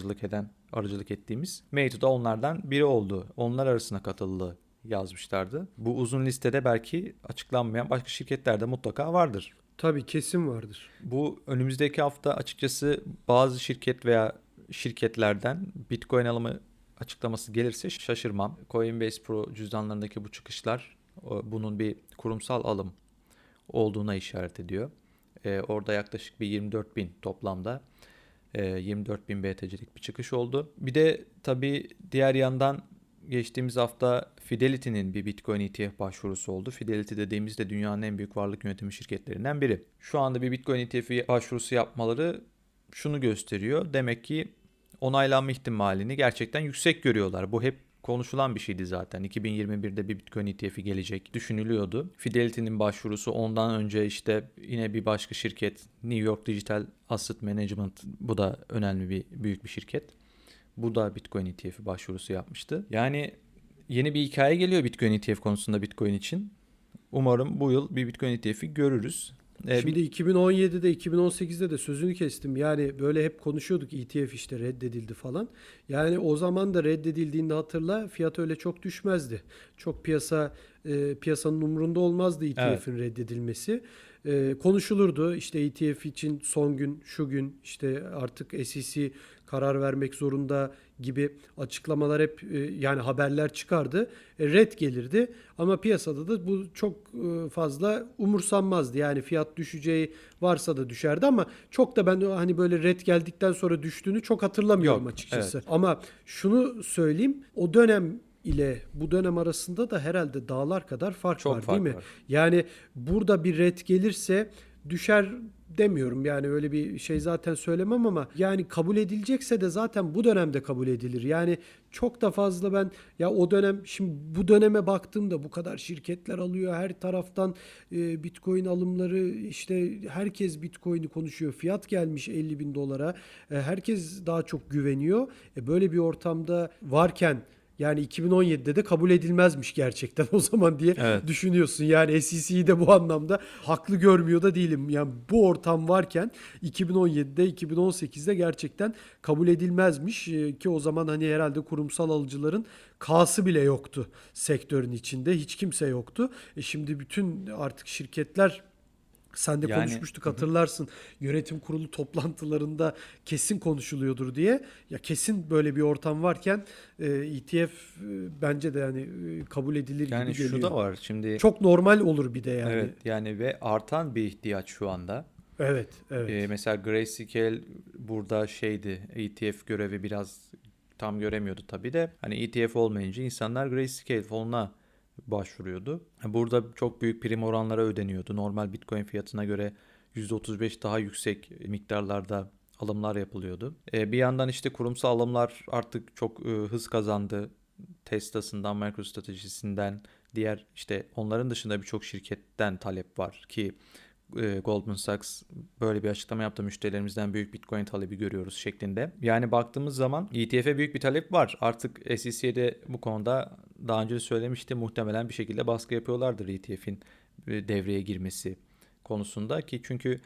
[SPEAKER 2] aracılık ettiğimiz. Meitu da onlardan biri oldu. Onlar arasına katıldı yazmışlardı. Bu uzun listede belki açıklanmayan başka şirketler de mutlaka vardır.
[SPEAKER 1] Tabii kesin vardır.
[SPEAKER 2] Bu önümüzdeki hafta açıkçası bazı şirket veya şirketlerden Bitcoin alımı açıklaması gelirse şaşırmam. Coinbase Pro cüzdanlarındaki bu çıkışlar bunun bir kurumsal alım olduğuna işaret ediyor. Orada yaklaşık bir 24 bin toplamda 24.000 BTC'lik bir çıkış oldu. Bir de tabii diğer yandan geçtiğimiz hafta Fidelity'nin bir Bitcoin ETF başvurusu oldu. Fidelity dediğimizde dünyanın en büyük varlık yönetimi şirketlerinden biri. Şu anda bir Bitcoin ETF başvurusu yapmaları şunu gösteriyor. Demek ki onaylanma ihtimalini gerçekten yüksek görüyorlar. Bu hep konuşulan bir şeydi zaten. 2021'de bir Bitcoin ETF'i gelecek düşünülüyordu. Fidelity'nin başvurusu, ondan önce işte yine bir başka şirket, New York Digital Asset Management, bu da önemli büyük bir şirket. Bu da Bitcoin ETF'i başvurusu yapmıştı. Yani yeni bir hikaye geliyor Bitcoin ETF konusunda Bitcoin için. Umarım bu yıl bir Bitcoin ETF'i görürüz.
[SPEAKER 1] Şimdi 2017'de 2018'de de sözünü kestim. Yani böyle hep konuşuyorduk, ETF işte reddedildi falan. Yani o zaman da reddedildiğinde hatırla, fiyat öyle çok düşmezdi. Çok piyasanın umurunda olmazdı ETF'in reddedilmesi. Konuşulurdu işte ETF için son gün şu gün işte artık SEC karar vermek zorunda gibi açıklamalar hep yani haberler çıkardı. Red gelirdi ama piyasada da bu çok fazla umursanmazdı. Yani fiyat düşeceği varsa da düşerdi ama çok da ben hani böyle red geldikten sonra düştüğünü çok hatırlamıyorum açıkçası.
[SPEAKER 2] Evet.
[SPEAKER 1] Ama şunu söyleyeyim, o dönem ile bu dönem arasında da herhalde dağlar kadar fark
[SPEAKER 2] Çok
[SPEAKER 1] var,
[SPEAKER 2] fark
[SPEAKER 1] değil mi?
[SPEAKER 2] var.
[SPEAKER 1] Yani burada bir red gelirse düşer demiyorum. Yani öyle bir şey zaten söylemem ama yani kabul edilecekse de zaten bu dönemde kabul edilir. Yani çok da fazla ben ya o dönem, şimdi bu döneme baktığımda bu kadar şirketler alıyor her taraftan Bitcoin alımları, işte herkes Bitcoin'i konuşuyor. Fiyat gelmiş 50 bin dolara. Herkes daha çok güveniyor. Böyle bir ortamda varken yani 2017'de de kabul edilmezmiş gerçekten o zaman diye düşünüyorsun. Yani SEC'yi de bu anlamda haklı görmüyor da değilim. Yani bu ortam varken 2017'de 2018'de gerçekten kabul edilmezmiş ki o zaman hani herhalde kurumsal alıcıların K'sı bile yoktu sektörün içinde. Hiç kimse yoktu. Şimdi bütün artık şirketler, sen de konuşmuştuk hatırlarsın, yönetim kurulu toplantılarında kesin konuşuluyordur diye. Ya kesin böyle bir ortam varken ETF bence de yani kabul edilir
[SPEAKER 2] Yani
[SPEAKER 1] gibi geliyor.
[SPEAKER 2] şu da var şimdi.
[SPEAKER 1] Çok normal olur bir de yani.
[SPEAKER 2] Evet, yani ve artan bir ihtiyaç şu anda.
[SPEAKER 1] Evet.
[SPEAKER 2] Mesela Grayscale burada şeydi, ETF görevi biraz tam göremiyordu tabii de. Hani ETF olmayınca insanlar Grayscale fonuna başvuruyordu. Burada çok büyük prim oranlara ödeniyordu. Normal Bitcoin fiyatına göre %35 daha yüksek miktarlarda alımlar yapılıyordu. Bir yandan işte kurumsal alımlar artık çok hız kazandı. Tesla'sından, MicroStrategy'sinden, diğer işte onların dışında birçok şirketten talep var ki Goldman Sachs böyle bir açıklama yaptı, müşterilerimizden büyük Bitcoin talebi görüyoruz şeklinde. Yani baktığımız zaman ETF'e büyük bir talep var. Artık SEC'de bu konuda daha önce söylemişti, muhtemelen bir şekilde baskı yapıyorlardır ETF'in devreye girmesi konusunda ki çünkü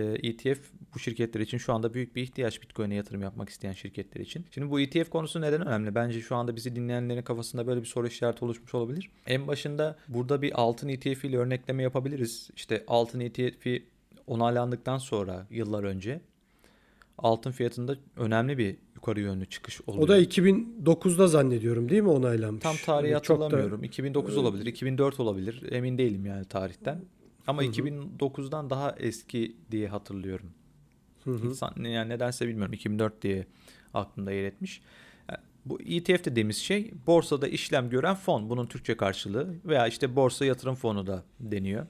[SPEAKER 2] ETF bu şirketler için şu anda büyük bir ihtiyaç, Bitcoin'e yatırım yapmak isteyen şirketler için. Şimdi bu ETF konusu neden önemli? Bence şu anda bizi dinleyenlerin kafasında böyle bir soru işareti oluşmuş olabilir. En başında burada bir altın ETF ile örnekleme yapabiliriz. İşte altın ETF'i onaylandıktan sonra yıllar önce altın fiyatında önemli bir yukarı yönlü çıkış oluyor.
[SPEAKER 1] O da 2009'da zannediyorum değil mi onaylanmış?
[SPEAKER 2] Tam tarihi hatırlamıyorum. 2009
[SPEAKER 1] Evet.
[SPEAKER 2] olabilir, 2004 olabilir. Emin değilim yani tarihten. Ama 2009'dan daha eski diye hatırlıyorum. Yani nedense bilmiyorum. 2004 diye aklımda yer etmiş. Bu ETF dediğimiz şey borsada işlem gören fon. Bunun Türkçe karşılığı veya işte borsa yatırım fonu da deniyor.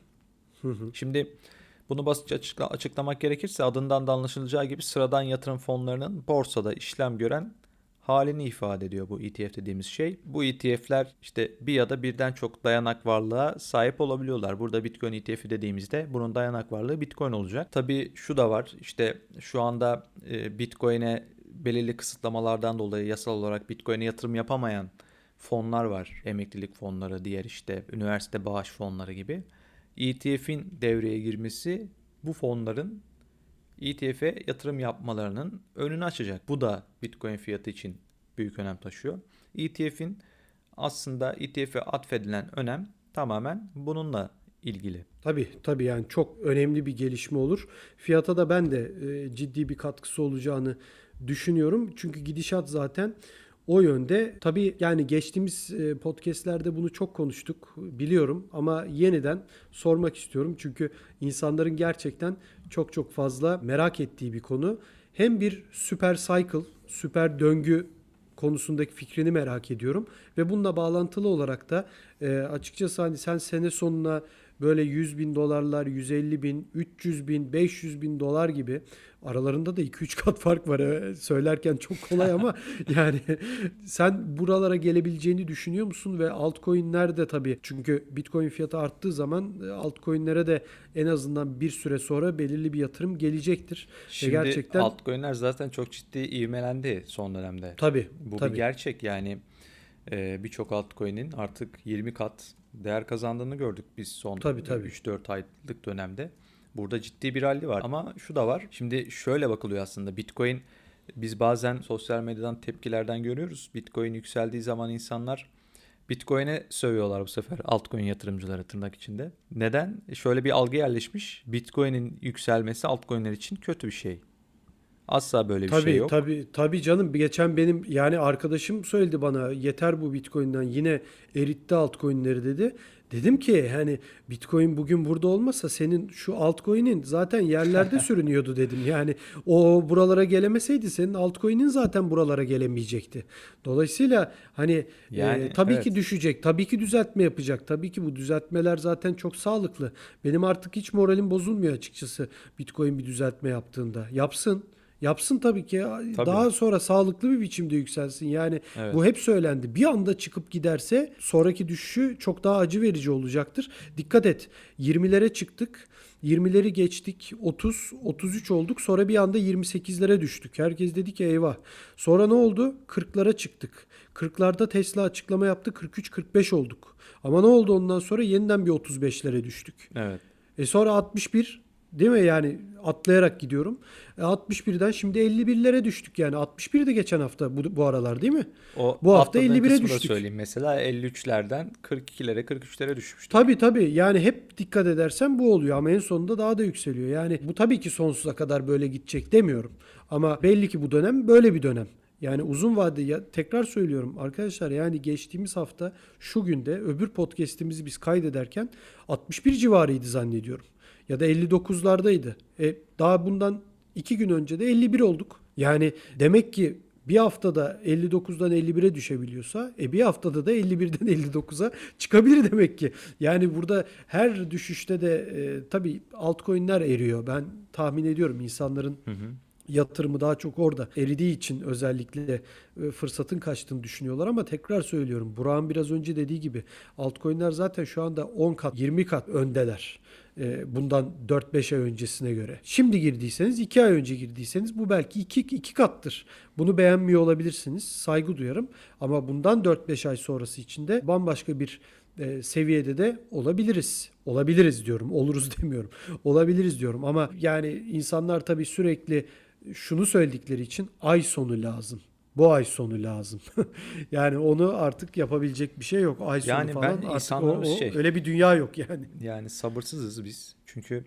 [SPEAKER 2] Şimdi bunu basitçe açıklamak gerekirse adından da anlaşılacağı gibi sıradan yatırım fonlarının borsada işlem gören halini ifade ediyor bu ETF dediğimiz şey. Bu ETF'ler işte bir ya da birden çok dayanak varlığa sahip olabiliyorlar. Burada Bitcoin ETF'i dediğimizde bunun dayanak varlığı Bitcoin olacak. Tabii şu da var, işte şu anda Bitcoin'e belirli kısıtlamalardan dolayı yasal olarak Bitcoin'e yatırım yapamayan fonlar var. Emeklilik fonları, diğer işte üniversite bağış fonları gibi. ETF'in devreye girmesi bu fonların ETF'e yatırım yapmalarının önünü açacak. Bu da Bitcoin fiyatı için büyük önem taşıyor. ETF'in aslında ETF'e atfedilen önem tamamen bununla ilgili.
[SPEAKER 1] Tabii yani çok önemli bir gelişme olur. Fiyata da ben de ciddi bir katkısı olacağını düşünüyorum. Çünkü gidişat zaten o yönde. Tabii yani geçtiğimiz podcastlerde bunu çok konuştuk biliyorum ama yeniden sormak istiyorum. Çünkü insanların gerçekten çok fazla merak ettiği bir konu. hem bir süper cycle, süper döngü konusundaki fikrini merak ediyorum. Ve bununla bağlantılı olarak da açıkçası hani sen sene sonuna böyle 100 bin dolarlar, 150 bin, 300 bin, 500 bin dolar gibi aralarında da 2-3 kat fark var. Söylerken çok kolay ama yani sen buralara gelebileceğini düşünüyor musun? Ve altcoin'ler de tabii, çünkü Bitcoin fiyatı arttığı zaman altcoin'lere de en azından bir süre sonra belirli bir yatırım gelecektir. Ve
[SPEAKER 2] Şimdi
[SPEAKER 1] gerçekten
[SPEAKER 2] altcoin'ler zaten çok ciddi ivmelendi son dönemde.
[SPEAKER 1] tabii
[SPEAKER 2] Bu bir
[SPEAKER 1] tabii.
[SPEAKER 2] gerçek yani. Birçok altcoin'in artık 20 kat değer kazandığını gördük biz son
[SPEAKER 1] Tabii tabii.
[SPEAKER 2] 3-4 aylık dönemde. Burada ciddi bir rally var. Ama şu da var. Şimdi şöyle bakılıyor aslında. Bitcoin, biz bazen sosyal medyadan tepkilerden görüyoruz. Bitcoin yükseldiği zaman insanlar Bitcoin'e sövüyorlar bu sefer, altcoin yatırımcıları tırnak içinde. Neden? Şöyle bir algı yerleşmiş. Bitcoin'in yükselmesi altcoin'ler için kötü bir şey. Asla böyle bir şey
[SPEAKER 1] Tabii
[SPEAKER 2] yok.
[SPEAKER 1] tabii tabii canım. Geçen benim yani arkadaşım söyledi bana, yeter bu Bitcoin'den, yine eritti altcoin'leri dedi. Dedim ki hani Bitcoin bugün burada olmasa senin şu altcoin'in zaten yerlerde sürünüyordu dedim. Yani o buralara gelemeseydi senin altcoin'in zaten buralara gelemeyecekti. Dolayısıyla hani
[SPEAKER 2] Yani
[SPEAKER 1] tabii ki
[SPEAKER 2] evet.
[SPEAKER 1] düşecek, tabii ki düzeltme yapacak. Tabii ki bu düzeltmeler zaten çok sağlıklı. Benim artık hiç moralim bozulmuyor açıkçası Bitcoin bir düzeltme yaptığında. Yapsın. Yapsın tabii ki.
[SPEAKER 2] Tabii.
[SPEAKER 1] Daha sonra sağlıklı bir biçimde yükselsin. Yani
[SPEAKER 2] Evet.
[SPEAKER 1] bu hep söylendi. Bir anda çıkıp giderse sonraki düşüşü çok daha acı verici olacaktır. Dikkat et. 20'lere çıktık. 20'leri geçtik. 30, 33 olduk. Sonra bir anda 28'lere düştük. Herkes dedi ki eyvah. Sonra ne oldu? 40'lara çıktık. 40'larda Tesla açıklama yaptı. 43-45 olduk. Ama ne oldu ondan sonra? Yeniden bir 35'lere düştük.
[SPEAKER 2] Evet.
[SPEAKER 1] Sonra 61, değil mi? Yani atlayarak gidiyorum. 61'den şimdi 51'lere düştük yani. 61 de geçen hafta bu aralar, değil mi?
[SPEAKER 2] O
[SPEAKER 1] Bu hafta
[SPEAKER 2] atladığın
[SPEAKER 1] 51'e
[SPEAKER 2] kısmı da
[SPEAKER 1] düştük.
[SPEAKER 2] söyleyeyim. Mesela 53'lerden 42'lere 43'lere düşmüştük.
[SPEAKER 1] Tabii tabii, yani hep dikkat edersen bu oluyor ama en sonunda daha da yükseliyor. Yani bu tabii ki sonsuza kadar böyle gidecek demiyorum. Ama belli ki bu dönem böyle bir dönem. Yani uzun vade, ya tekrar söylüyorum arkadaşlar, yani geçtiğimiz hafta şu günde öbür podcast'imizi biz kaydederken 61 civarıydı zannediyorum. Ya da 59'lardaydı. Daha bundan 2 gün önce de 51 olduk. Yani demek ki bir haftada 59'dan 51'e düşebiliyorsa bir haftada da 51'den 59'a çıkabilir demek ki. Yani burada her düşüşte de tabii altcoin'ler eriyor. Ben tahmin ediyorum insanların
[SPEAKER 2] Hı hı.
[SPEAKER 1] yatırımı daha çok orada eridiği için özellikle fırsatın kaçtığını düşünüyorlar ama tekrar söylüyorum, Burak'ın biraz önce dediği gibi altcoin'ler zaten şu anda 10 kat 20 kat öndeler. Bundan 4-5 ay öncesine göre. Şimdi girdiyseniz, 2 ay önce girdiyseniz bu belki 2 kattır. Bunu beğenmiyor olabilirsiniz. Saygı duyarım. Ama bundan 4-5 ay sonrası için de bambaşka bir seviyede de olabiliriz. Olabiliriz diyorum. Oluruz demiyorum. Olabiliriz diyorum. Ama yani insanlar tabii sürekli şunu söyledikleri için ay sonu lazım. Bu ay sonu lazım. Yani onu artık yapabilecek bir şey yok. Ay sonu
[SPEAKER 2] Yani ben
[SPEAKER 1] falan artık
[SPEAKER 2] insanlarımız
[SPEAKER 1] öyle bir dünya yok yani.
[SPEAKER 2] yani sabırsızız biz. Çünkü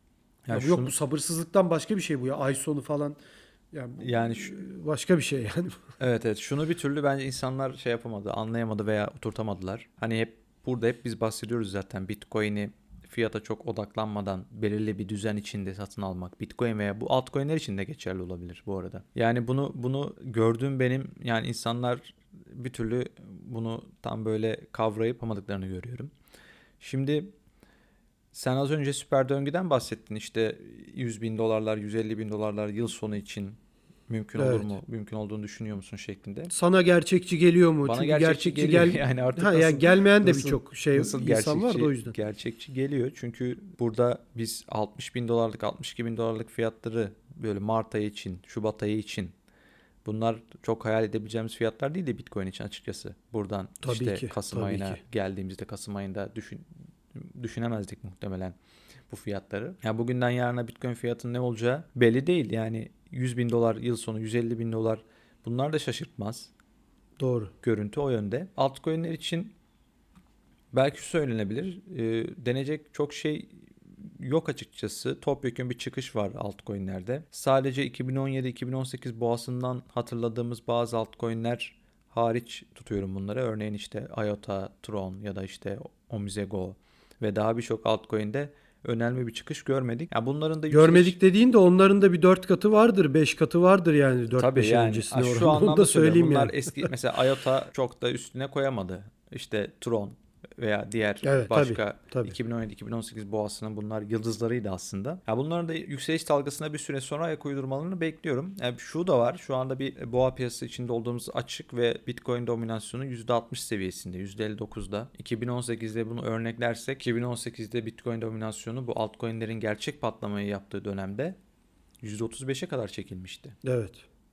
[SPEAKER 2] ya
[SPEAKER 1] Ya bu yok, bu
[SPEAKER 2] şunu
[SPEAKER 1] sabırsızlıktan başka bir şey bu ya. Ay sonu falan yani
[SPEAKER 2] yani
[SPEAKER 1] başka bir şey yani.
[SPEAKER 2] evet, evet, şunu bir türlü bence insanlar şey yapamadı, anlayamadı veya oturtamadılar. Hani hep biz bahsediyoruz zaten, Bitcoin'i fiyata çok odaklanmadan belirli bir düzen içinde satın almak. Bitcoin veya bu altcoin'ler için de geçerli olabilir bu arada. Yani bunu gördüğüm benim, yani insanlar bir türlü bunu tam böyle kavrayamadıklarını görüyorum. Şimdi sen az önce süper döngüden bahsettin. İşte 100 bin dolarlar, 150 bin dolarlar yıl sonu için mümkün olur
[SPEAKER 1] Evet.
[SPEAKER 2] mu? Mümkün olduğunu düşünüyor musun şeklinde.
[SPEAKER 1] Sana gerçekçi geliyor mu?
[SPEAKER 2] Bana
[SPEAKER 1] Çünkü
[SPEAKER 2] gerçekçi
[SPEAKER 1] gerçekçi
[SPEAKER 2] geliyor. Yani artık
[SPEAKER 1] ha yani gelmeyen de
[SPEAKER 2] nasıl
[SPEAKER 1] birçok şey
[SPEAKER 2] nasıl
[SPEAKER 1] insan var da o yüzden.
[SPEAKER 2] gerçekçi geliyor. Çünkü burada biz 60 bin dolarlık, 62 bin dolarlık fiyatları böyle Mart ayı için, Şubat ayı için, bunlar çok hayal edebileceğimiz fiyatlar değil de Bitcoin için açıkçası. Buradan
[SPEAKER 1] Tabii
[SPEAKER 2] işte
[SPEAKER 1] ki,
[SPEAKER 2] Kasım
[SPEAKER 1] tabii
[SPEAKER 2] ayına
[SPEAKER 1] ki.
[SPEAKER 2] geldiğimizde, Kasım ayında düşünemezdik muhtemelen bu fiyatları. Ya bugünden yarına Bitcoin fiyatının ne olacağı belli değil. Yani 100 bin dolar yıl sonu, 150 bin dolar, bunlar da şaşırtmaz.
[SPEAKER 1] Doğru.
[SPEAKER 2] Görüntü o yönde. Altcoin'ler için belki şu söylenebilir. Denecek çok şey yok açıkçası. Topyekun bir çıkış var altcoin'lerde. Sadece 2017-2018 boğasından hatırladığımız bazı altcoin'ler hariç tutuyorum bunları. Örneğin işte IOTA, Tron ya da işte Omisego ve daha birçok altcoin'de önemli bir çıkış görmedik. Yani bunların da
[SPEAKER 1] Görmedik dediğin de onların da bir 4 katı vardır, 5 katı vardır yani
[SPEAKER 2] tabii
[SPEAKER 1] 4-5 ay
[SPEAKER 2] yani
[SPEAKER 1] öncesine
[SPEAKER 2] şu
[SPEAKER 1] oranla. Onu
[SPEAKER 2] anlamda
[SPEAKER 1] da
[SPEAKER 2] söylüyorum.
[SPEAKER 1] söyleyeyim
[SPEAKER 2] Bunlar
[SPEAKER 1] yani.
[SPEAKER 2] eski, mesela IOTA çok da üstüne koyamadı. İşte Tron veya diğer
[SPEAKER 1] Evet, tabii,
[SPEAKER 2] başka
[SPEAKER 1] tabii.
[SPEAKER 2] 2017-2018 boğasının bunlar yıldızlarıydı aslında. Ya bunların da yükseliş dalgasına bir süre sonra ayak uydurmalarını bekliyorum. Yani şu da var. Şu anda bir boğa piyasası içinde olduğumuz açık ve Bitcoin dominasyonu %60 seviyesinde, %59'da. 2018'de bunu örneklersek 2018'de Bitcoin dominasyonu bu altcoin'lerin gerçek patlamayı yaptığı dönemde %35'e kadar çekilmişti.
[SPEAKER 1] Evet.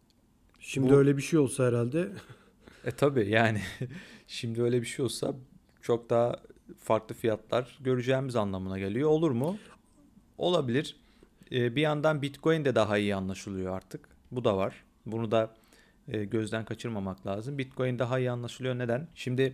[SPEAKER 1] Şimdi
[SPEAKER 2] Bu
[SPEAKER 1] öyle bir şey olsa herhalde.
[SPEAKER 2] tabii yani şimdi öyle bir şey olsa çok daha farklı fiyatlar göreceğimiz anlamına geliyor. Olur mu? Olabilir. Bir yandan Bitcoin de daha iyi anlaşılıyor artık. Bu da var. Bunu da gözden kaçırmamak lazım. Bitcoin daha iyi anlaşılıyor. Neden? Şimdi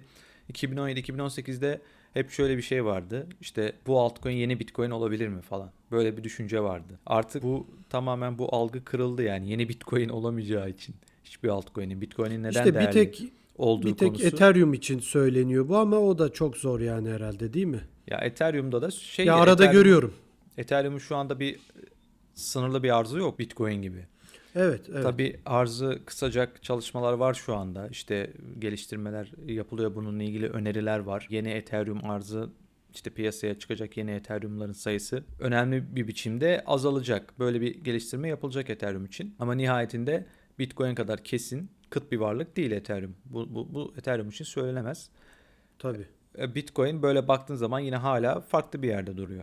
[SPEAKER 2] 2017-2018'de hep şöyle bir şey vardı. İşte bu altcoin yeni Bitcoin olabilir mi falan. Böyle bir düşünce vardı. Artık bu tamamen bu algı kırıldı yani yeni Bitcoin olamayacağı için. Hiçbir altcoin'in Bitcoin'in neden
[SPEAKER 1] İşte bir
[SPEAKER 2] değerli
[SPEAKER 1] tek
[SPEAKER 2] olduğu
[SPEAKER 1] bir tek
[SPEAKER 2] konusu.
[SPEAKER 1] Ethereum için söyleniyor bu ama o da çok zor yani herhalde, değil mi?
[SPEAKER 2] Ya Ethereum'da da
[SPEAKER 1] Ya arada görüyorum.
[SPEAKER 2] Ethereum'un şu anda bir sınırlı bir arzı yok Bitcoin gibi.
[SPEAKER 1] Evet, evet.
[SPEAKER 2] Tabii arzı kısacak çalışmalar var şu anda. İşte geliştirmeler yapılıyor. Bununla ilgili öneriler var. Yeni Ethereum arzı işte piyasaya çıkacak yeni Ethereum'ların sayısı önemli bir biçimde azalacak. Böyle bir geliştirme yapılacak Ethereum için. Ama nihayetinde Bitcoin kadar kesin, kıt bir varlık değil Ethereum. Bu Ethereum için söylenemez.
[SPEAKER 1] Tabii.
[SPEAKER 2] Bitcoin böyle baktığın zaman yine hala farklı bir yerde duruyor.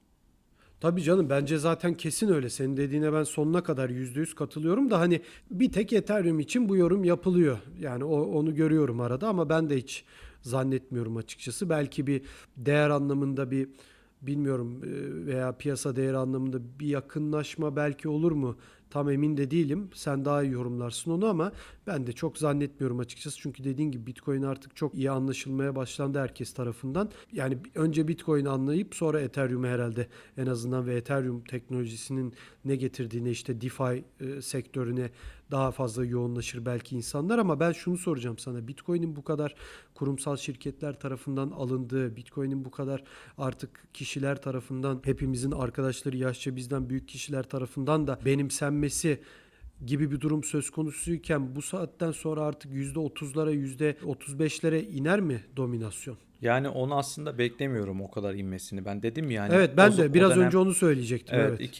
[SPEAKER 1] Tabii canım, bence zaten kesin öyle. Senin dediğine ben sonuna kadar %100 katılıyorum da hani bir tek Ethereum için bu yorum yapılıyor. Yani onu görüyorum arada ama ben de hiç zannetmiyorum açıkçası. Belki bir değer anlamında bir, bilmiyorum, veya piyasa değeri anlamında bir yakınlaşma belki olur mu? Tam emin de değilim. Sen daha iyi yorumlarsın onu ama ben de çok zannetmiyorum açıkçası. Çünkü dediğin gibi Bitcoin artık çok iyi anlaşılmaya başlandı herkes tarafından. Yani önce Bitcoin anlayıp sonra Ethereum'u herhalde, en azından, ve Ethereum teknolojisinin ne getirdiğine, işte DeFi sektörüne daha fazla yoğunlaşır belki insanlar. Ama ben şunu soracağım sana. Bitcoin'in bu kadar kurumsal şirketler tarafından alındığı, Bitcoin'in bu kadar artık kişiler tarafından, hepimizin arkadaşları, yaşça bizden büyük kişiler tarafından da benimsenmesi gibi bir durum söz konusuyken bu saatten sonra artık %30'lara, %35'lere iner mi dominasyon?
[SPEAKER 2] Yani onu aslında beklemiyorum o kadar inmesini. Ben dedim yani
[SPEAKER 1] Evet, ben de
[SPEAKER 2] o
[SPEAKER 1] biraz
[SPEAKER 2] dönem
[SPEAKER 1] önce onu söyleyecektim,
[SPEAKER 2] evet
[SPEAKER 1] evet.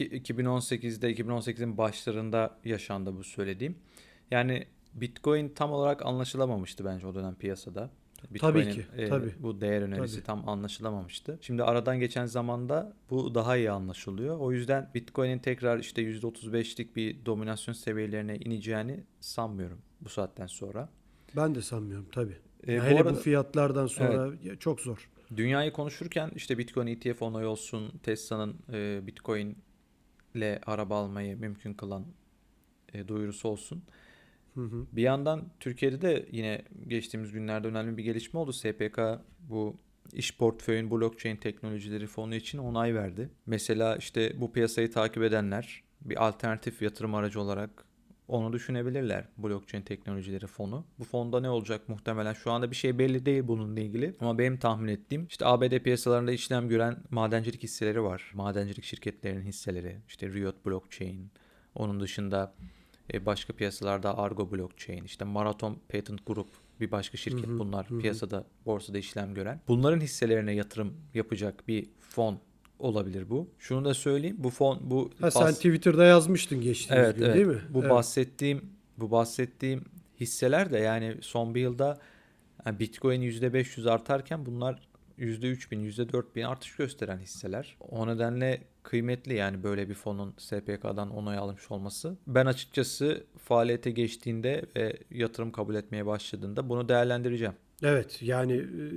[SPEAKER 2] 2018'in başlarında yaşandı bu söylediğim. Yani Bitcoin tam olarak anlaşılamamıştı bence o dönem piyasada.
[SPEAKER 1] Tabii
[SPEAKER 2] Bitcoin'in
[SPEAKER 1] ki, tabii,
[SPEAKER 2] bu değer
[SPEAKER 1] tabii.
[SPEAKER 2] önerisi tam anlaşılamamıştı. Şimdi aradan geçen zamanda bu daha iyi anlaşılıyor. O yüzden Bitcoin'in tekrar işte %35'lik bir dominasyon seviyelerine ineceğini sanmıyorum bu saatten sonra.
[SPEAKER 1] Ben de sanmıyorum tabii. Ya
[SPEAKER 2] Bu
[SPEAKER 1] hele bu
[SPEAKER 2] arada
[SPEAKER 1] fiyatlardan
[SPEAKER 2] evet,
[SPEAKER 1] sonra çok zor.
[SPEAKER 2] dünyayı konuşurken işte Bitcoin ETF onayı olsun, Tesla'nın Bitcoin ile araba almayı mümkün kılan duyurusu olsun.
[SPEAKER 1] Hı hı.
[SPEAKER 2] Bir yandan Türkiye'de de yine geçtiğimiz günlerde önemli bir gelişme oldu. SPK bu iş portföyün blockchain teknolojileri fonu için onay verdi. Mesela işte bu piyasayı takip edenler bir alternatif yatırım aracı olarak onu düşünebilirler. Blockchain teknolojileri fonu. Bu fonda ne olacak muhtemelen şu anda bir şey belli değil bununla ilgili. Ama benim tahmin ettiğim işte ABD piyasalarında işlem gören madencilik hisseleri var. Madencilik şirketlerinin hisseleri. İşte Riot Blockchain. Onun dışında başka piyasalarda Argo Blockchain, işte Marathon Patent Group bir başka
[SPEAKER 1] Hı
[SPEAKER 2] şirket,
[SPEAKER 1] hı.
[SPEAKER 2] bunlar
[SPEAKER 1] Hı hı.
[SPEAKER 2] piyasada, borsada işlem gören. Bunların hisselerine yatırım yapacak bir fon olabilir bu. Şunu da söyleyeyim. Bu fon
[SPEAKER 1] Ha, sen Twitter'da yazmıştın geçtiğimiz
[SPEAKER 2] evet
[SPEAKER 1] gün,
[SPEAKER 2] evet
[SPEAKER 1] değil mi?
[SPEAKER 2] bu
[SPEAKER 1] Evet.
[SPEAKER 2] bahsettiğim hisseler de yani son bir yılda yani Bitcoin %500 artarken bunlar %3000, %4000 artış gösteren hisseler. O nedenle kıymetli yani böyle bir fonun SPK'dan onay almış olması. Ben açıkçası faaliyete geçtiğinde ve yatırım kabul etmeye başladığında bunu değerlendireceğim.
[SPEAKER 1] Evet, yani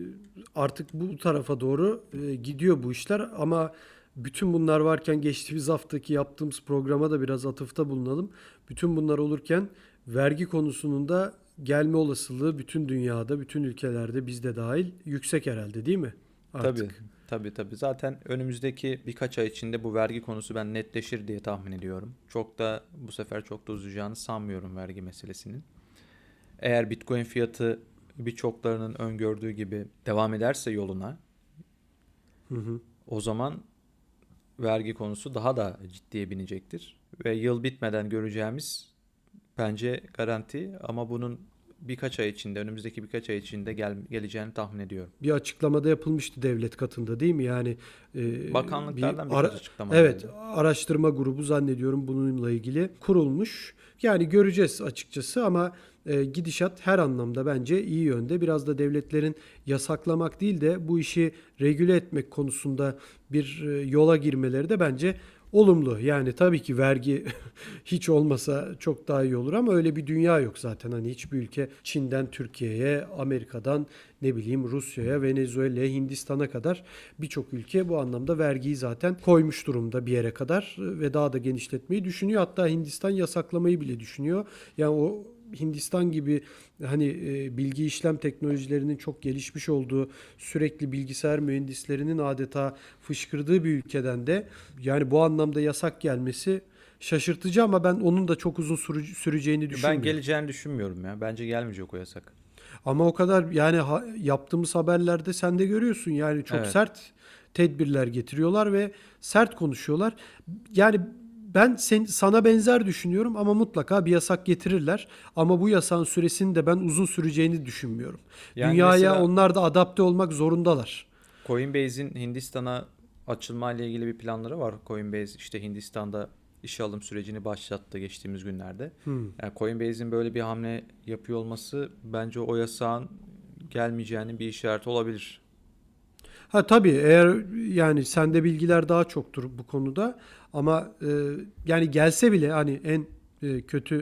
[SPEAKER 1] artık bu tarafa doğru gidiyor bu işler ama bütün bunlar varken geçtiğimiz haftaki yaptığımız programa da biraz atıfta bulunalım. Bütün bunlar olurken vergi konusunun da gelme olasılığı bütün dünyada, bütün ülkelerde, bizde dahil, yüksek herhalde, değil mi?
[SPEAKER 2] Tabii,
[SPEAKER 1] Artık.
[SPEAKER 2] tabii. Zaten önümüzdeki birkaç ay içinde bu vergi konusu ben netleşir diye tahmin ediyorum. Çok da bu sefer çok da uzayacağını sanmıyorum vergi meselesinin. Eğer Bitcoin fiyatı birçoklarının öngördüğü gibi devam ederse yoluna,
[SPEAKER 1] Hı hı.
[SPEAKER 2] o zaman vergi konusu daha da ciddiye binecektir. Ve yıl bitmeden göreceğimiz bence garanti, ama bunun birkaç ay içinde, önümüzdeki birkaç ay içinde geleceğini tahmin ediyorum.
[SPEAKER 1] Bir açıklamada yapılmıştı devlet katında, değil mi? Yani
[SPEAKER 2] Bakanlıklardan
[SPEAKER 1] bir
[SPEAKER 2] birkaç açıklama
[SPEAKER 1] evet,
[SPEAKER 2] geldi.
[SPEAKER 1] araştırma grubu zannediyorum bununla ilgili kurulmuş. Yani göreceğiz açıkçası ama gidişat her anlamda bence iyi yönde. Biraz da devletlerin yasaklamak değil de bu işi regüle etmek konusunda bir yola girmeleri de bence olumlu. Yani tabii ki vergi hiç olmasa çok daha iyi olur ama öyle bir dünya yok zaten. Hani hiçbir ülke Çin'den Türkiye'ye, Amerika'dan ne bileyim Rusya'ya, Venezuela'ya, Hindistan'a kadar birçok ülke bu anlamda vergiyi zaten koymuş durumda bir yere kadar ve daha da genişletmeyi düşünüyor. Hatta Hindistan yasaklamayı bile düşünüyor. Yani o Hindistan gibi hani bilgi işlem teknolojilerinin çok gelişmiş olduğu, sürekli bilgisayar mühendislerinin adeta fışkırdığı bir ülkeden de yani bu anlamda yasak gelmesi şaşırtıcı ama ben onun da çok uzun süreceğini
[SPEAKER 2] Ben
[SPEAKER 1] düşünmüyorum.
[SPEAKER 2] geleceğini düşünmüyorum ya. Bence gelmeyecek o yasak.
[SPEAKER 1] Ama o kadar yani yaptığımız haberlerde sen de görüyorsun yani çok
[SPEAKER 2] Evet.
[SPEAKER 1] sert tedbirler getiriyorlar ve sert konuşuyorlar. Yani ben sana benzer düşünüyorum ama mutlaka bir yasak getirirler. Ama bu yasağın süresini de ben uzun süreceğini düşünmüyorum.
[SPEAKER 2] Yani
[SPEAKER 1] Dünyaya
[SPEAKER 2] mesela
[SPEAKER 1] onlar da adapte olmak zorundalar.
[SPEAKER 2] Coinbase'in Hindistan'a açılma ile ilgili bir planları var. Coinbase işte Hindistan'da işe alım sürecini başlattı geçtiğimiz günlerde. Yani Coinbase'in böyle bir hamle yapıyor olması bence o yasağın gelmeyeceğinin bir işareti olabilir.
[SPEAKER 1] Ha tabii eğer yani sende bilgiler daha çoktur bu konuda ama yani gelse bile hani en kötü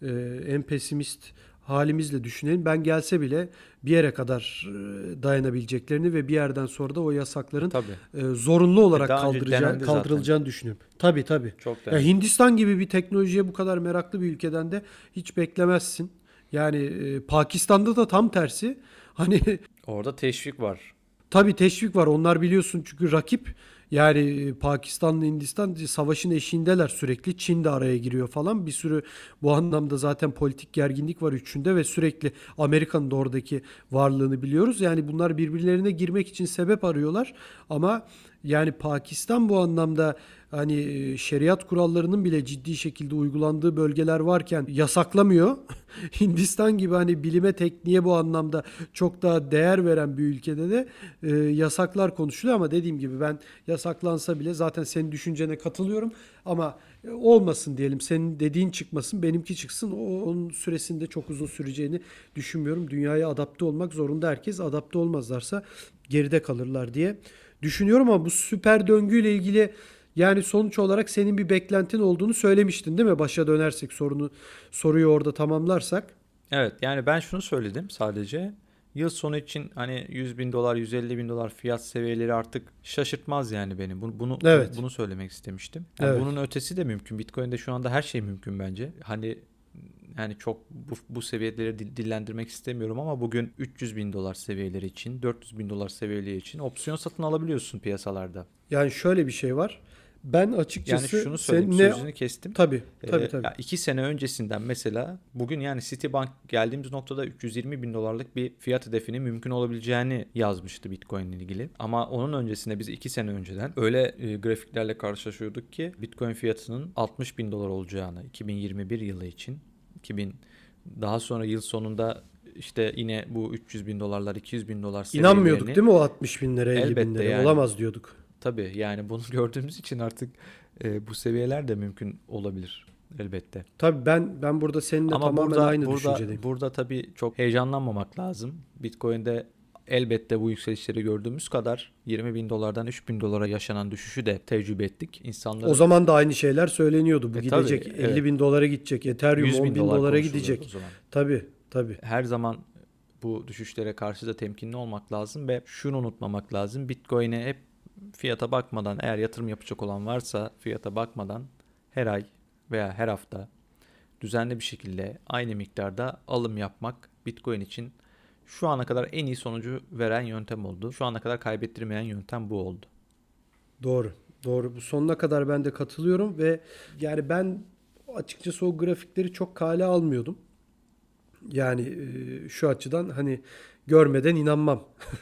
[SPEAKER 1] en pesimist halimizle düşünelim. Ben gelse bile bir yere kadar dayanabileceklerini ve bir yerden sonra da o yasakların
[SPEAKER 2] Tabii.
[SPEAKER 1] zorunlu olarak
[SPEAKER 2] Daha önce denendi zaten.
[SPEAKER 1] kaldırılacağını düşünüyorum. Tabii tabii.
[SPEAKER 2] Çok
[SPEAKER 1] Ya
[SPEAKER 2] denendi.
[SPEAKER 1] Hindistan gibi bir teknolojiye bu kadar meraklı bir ülkeden de hiç beklemezsin. Yani Pakistan'da da tam tersi. Hani
[SPEAKER 2] Orada teşvik var.
[SPEAKER 1] tabii teşvik var. Onlar biliyorsun çünkü rakip. Yani Pakistan'la Hindistan savaşın eşiğindeler sürekli. Çin de araya giriyor falan. Bir sürü bu anlamda zaten politik gerginlik var üçünde ve sürekli Amerika'nın da oradaki varlığını biliyoruz. Yani bunlar birbirlerine girmek için sebep arıyorlar. Ama yani Pakistan bu anlamda hani şeriat kurallarının bile ciddi şekilde uygulandığı bölgeler varken yasaklamıyor. Hindistan gibi hani bilime, tekniğe bu anlamda çok daha değer veren bir ülkede de yasaklar konuşuluyor ama dediğim gibi ben yasaklansa bile zaten senin düşüncene katılıyorum ama olmasın diyelim. Senin dediğin çıkmasın, benimki çıksın. Onun süresinde çok uzun süreceğini düşünmüyorum. Dünyaya adapte olmak zorunda herkes. Adapte olmazlarsa geride kalırlar diye düşünüyorum ama bu süper döngüyle ilgili yani sonuç olarak senin bir beklentin olduğunu söylemiştin değil mi? Başa dönersek soruyu orada tamamlarsak.
[SPEAKER 2] Evet, yani ben şunu söyledim sadece. Yıl sonu için hani 100 bin dolar, 150 bin dolar fiyat seviyeleri artık şaşırtmaz yani beni.
[SPEAKER 1] Evet.
[SPEAKER 2] Bunu söylemek istemiştim. Yani
[SPEAKER 1] Evet.
[SPEAKER 2] bunun ötesi de mümkün. Bitcoin'de şu anda her şey mümkün bence. Hani yani çok bu seviyeleri dillendirmek istemiyorum ama bugün 300 bin dolar seviyeleri için, 400 bin dolar seviyeleri için opsiyon satın alabiliyorsun piyasalarda.
[SPEAKER 1] Yani şöyle bir şey var. Ben
[SPEAKER 2] Yani
[SPEAKER 1] açıkçası
[SPEAKER 2] şunu söyleyeyim,
[SPEAKER 1] seninle
[SPEAKER 2] sözünü kestim.
[SPEAKER 1] tabii tabii.
[SPEAKER 2] Ya 2 sene öncesinden mesela bugün yani Citibank geldiğimiz noktada 320 bin dolarlık bir fiyat hedefinin mümkün olabileceğini yazmıştı Bitcoin ile ilgili. Ama onun öncesinde biz 2 sene önceden öyle grafiklerle karşılaşıyorduk ki Bitcoin fiyatının 60 bin dolar olacağını 2021 yılı için 2000 daha sonra yıl sonunda işte yine bu 300 bin dolarlar 200 bin dolar
[SPEAKER 1] İnanmıyorduk
[SPEAKER 2] seviyelerini
[SPEAKER 1] değil mi o 60 bin lira 50 bin
[SPEAKER 2] elbette
[SPEAKER 1] lira
[SPEAKER 2] yani
[SPEAKER 1] olamaz diyorduk.
[SPEAKER 2] tabii yani bunu gördüğümüz için artık bu seviyeler de mümkün olabilir elbette.
[SPEAKER 1] Tabii ben burada seninle
[SPEAKER 2] Ama
[SPEAKER 1] tamamen aynı düşüncedeyim.
[SPEAKER 2] burada tabii çok heyecanlanmamak lazım. Bitcoin'de elbette bu yükselişleri gördüğümüz kadar 20 bin dolardan 3 bin dolara yaşanan düşüşü de tecrübe ettik.
[SPEAKER 1] O
[SPEAKER 2] İnsanların
[SPEAKER 1] zaman da aynı şeyler söyleniyordu. Bu
[SPEAKER 2] tabii
[SPEAKER 1] gidecek 50
[SPEAKER 2] evet
[SPEAKER 1] bin dolara gidecek. Ethereum
[SPEAKER 2] 100
[SPEAKER 1] 10
[SPEAKER 2] bin
[SPEAKER 1] bin
[SPEAKER 2] dolar
[SPEAKER 1] dolara
[SPEAKER 2] konuşuluyordu o
[SPEAKER 1] gidecek.
[SPEAKER 2] zaman.
[SPEAKER 1] Tabii.
[SPEAKER 2] Her zaman bu düşüşlere karşı da temkinli olmak lazım ve şunu unutmamak lazım. Bitcoin'e hep fiyata bakmadan, eğer yatırım yapacak olan varsa fiyata bakmadan her ay veya her hafta düzenli bir şekilde aynı miktarda alım yapmak Bitcoin için şu ana kadar en iyi sonucu veren yöntem oldu. Şu ana kadar kaybettirmeyen yöntem bu oldu.
[SPEAKER 1] Doğru. Bu sonuna kadar ben de katılıyorum ve yani ben açıkçası o grafikleri çok kale almıyordum. Yani şu açıdan hani görmeden inanmam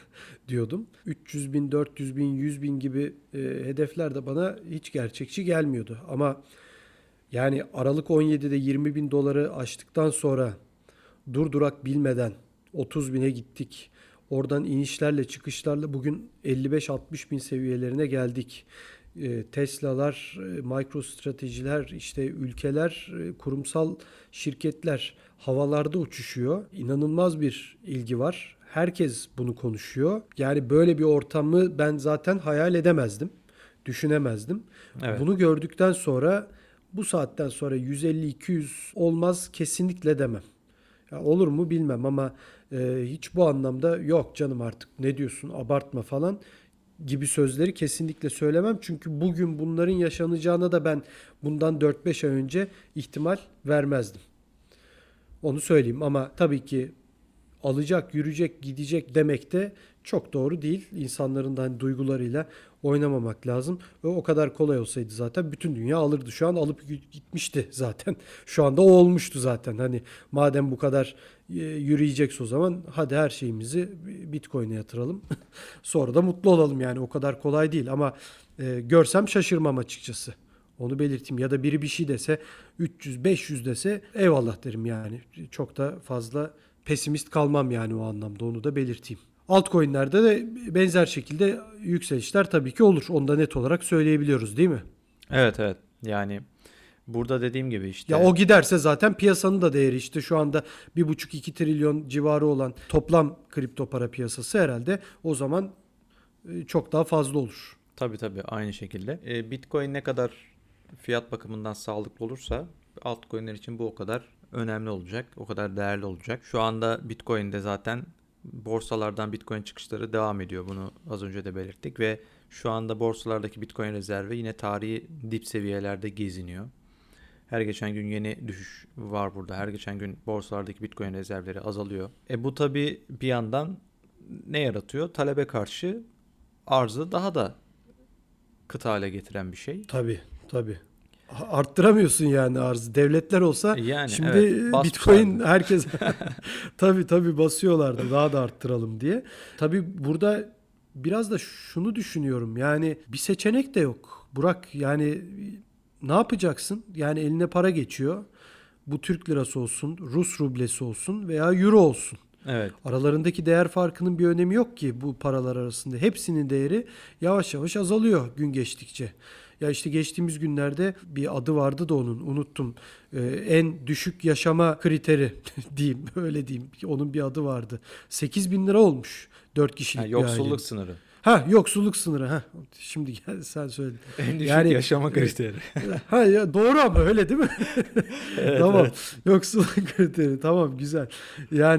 [SPEAKER 1] diyordum. 300 bin, 400 bin, 100 bin gibi hedefler de bana hiç gerçekçi gelmiyordu. Ama yani Aralık 17'de 20 bin doları aştıktan sonra durdurak bilmeden 30 bine gittik. Oradan inişlerle çıkışlarla bugün 55-60 bin seviyelerine geldik. Tesla'lar, MicroStrategy'ler, işte ülkeler, kurumsal şirketler havalarda uçuşuyor. İnanılmaz bir ilgi var. Herkes bunu konuşuyor. Yani böyle bir ortamı ben zaten hayal edemezdim. Düşünemezdim.
[SPEAKER 2] Evet.
[SPEAKER 1] Bunu gördükten sonra bu saatten sonra 150-200 olmaz kesinlikle demem. Ya olur mu bilmem ama hiç bu anlamda yok canım artık ne diyorsun abartma falan gibi sözleri kesinlikle söylemem. Çünkü bugün bunların yaşanacağına da ben bundan 4-5 ay önce ihtimal vermezdim. Onu söyleyeyim ama tabii ki alacak, yürüyecek, gidecek demek de çok doğru değil. İnsanların da hani duygularıyla oynamamak lazım. O kadar kolay olsaydı zaten bütün dünya alırdı. Şu an alıp gitmişti zaten. Şu anda o olmuştu zaten. Hani madem bu kadar yürüyecekse o zaman hadi her şeyimizi Bitcoin'e yatıralım. Sonra da mutlu olalım yani o kadar kolay değil ama görsem şaşırmam açıkçası. Onu belirteyim ya da biri bir şey dese 300-500 dese eyvallah derim yani. Çok da fazla pesimist kalmam yani o anlamda onu da belirteyim. Altcoin'lerde de benzer şekilde yükselişler tabii ki olur. Onu da net olarak söyleyebiliyoruz değil mi?
[SPEAKER 2] Evet, evet. Yani burada dediğim gibi
[SPEAKER 1] Ya
[SPEAKER 2] işte
[SPEAKER 1] o giderse zaten piyasanın da değeri işte şu anda 1,5-2 trilyon civarı olan toplam kripto para piyasası herhalde o zaman çok daha fazla olur.
[SPEAKER 2] tabii aynı şekilde. Bitcoin ne kadar fiyat bakımından sağlıklı olursa altcoin'ler için bu o kadar önemli olacak. O kadar değerli olacak. Şu anda Bitcoin'de zaten borsalardan Bitcoin çıkışları devam ediyor. Bunu az önce de belirttik ve şu anda borsalardaki Bitcoin rezervi yine tarihi dip seviyelerde geziniyor. Her geçen gün yeni düşüş var burada. Her geçen gün borsalardaki Bitcoin rezervleri azalıyor. Bu tabii bir yandan ne yaratıyor? Talebe karşı arzı daha da kıt hale getiren bir şey.
[SPEAKER 1] Tabii tabii. Arttıramıyorsun yani arzı. Devletler olsa
[SPEAKER 2] Yani
[SPEAKER 1] şimdi
[SPEAKER 2] evet,
[SPEAKER 1] Bitcoin
[SPEAKER 2] basmışlardı.
[SPEAKER 1] herkes tabii basıyorlardı daha da arttıralım diye. Tabii burada biraz da şunu düşünüyorum. Yani bir seçenek de yok. Burak yani ne yapacaksın? Yani eline para geçiyor. Bu Türk lirası olsun, Rus rublesi olsun veya euro olsun.
[SPEAKER 2] Evet.
[SPEAKER 1] Aralarındaki değer farkının bir önemi yok ki bu paralar arasında. Hepsinin değeri yavaş yavaş azalıyor gün geçtikçe. Ya işte geçtiğimiz günlerde bir adı vardı da onun unuttum. En düşük yaşama kriteri diyeyim öyle diyeyim. Onun bir adı vardı. 8 bin lira olmuş 4 kişilik
[SPEAKER 2] Yani
[SPEAKER 1] bir ailenin.
[SPEAKER 2] yoksulluk sınırı.
[SPEAKER 1] Yoksulluk sınırı. Şimdi gel sen söyledin.
[SPEAKER 2] En düşük
[SPEAKER 1] Yani
[SPEAKER 2] yaşama kriteri.
[SPEAKER 1] ya doğru ama öyle değil mi?
[SPEAKER 2] Evet,
[SPEAKER 1] Tamam.
[SPEAKER 2] evet.
[SPEAKER 1] Yoksulluk kriteri. Tamam güzel. Yani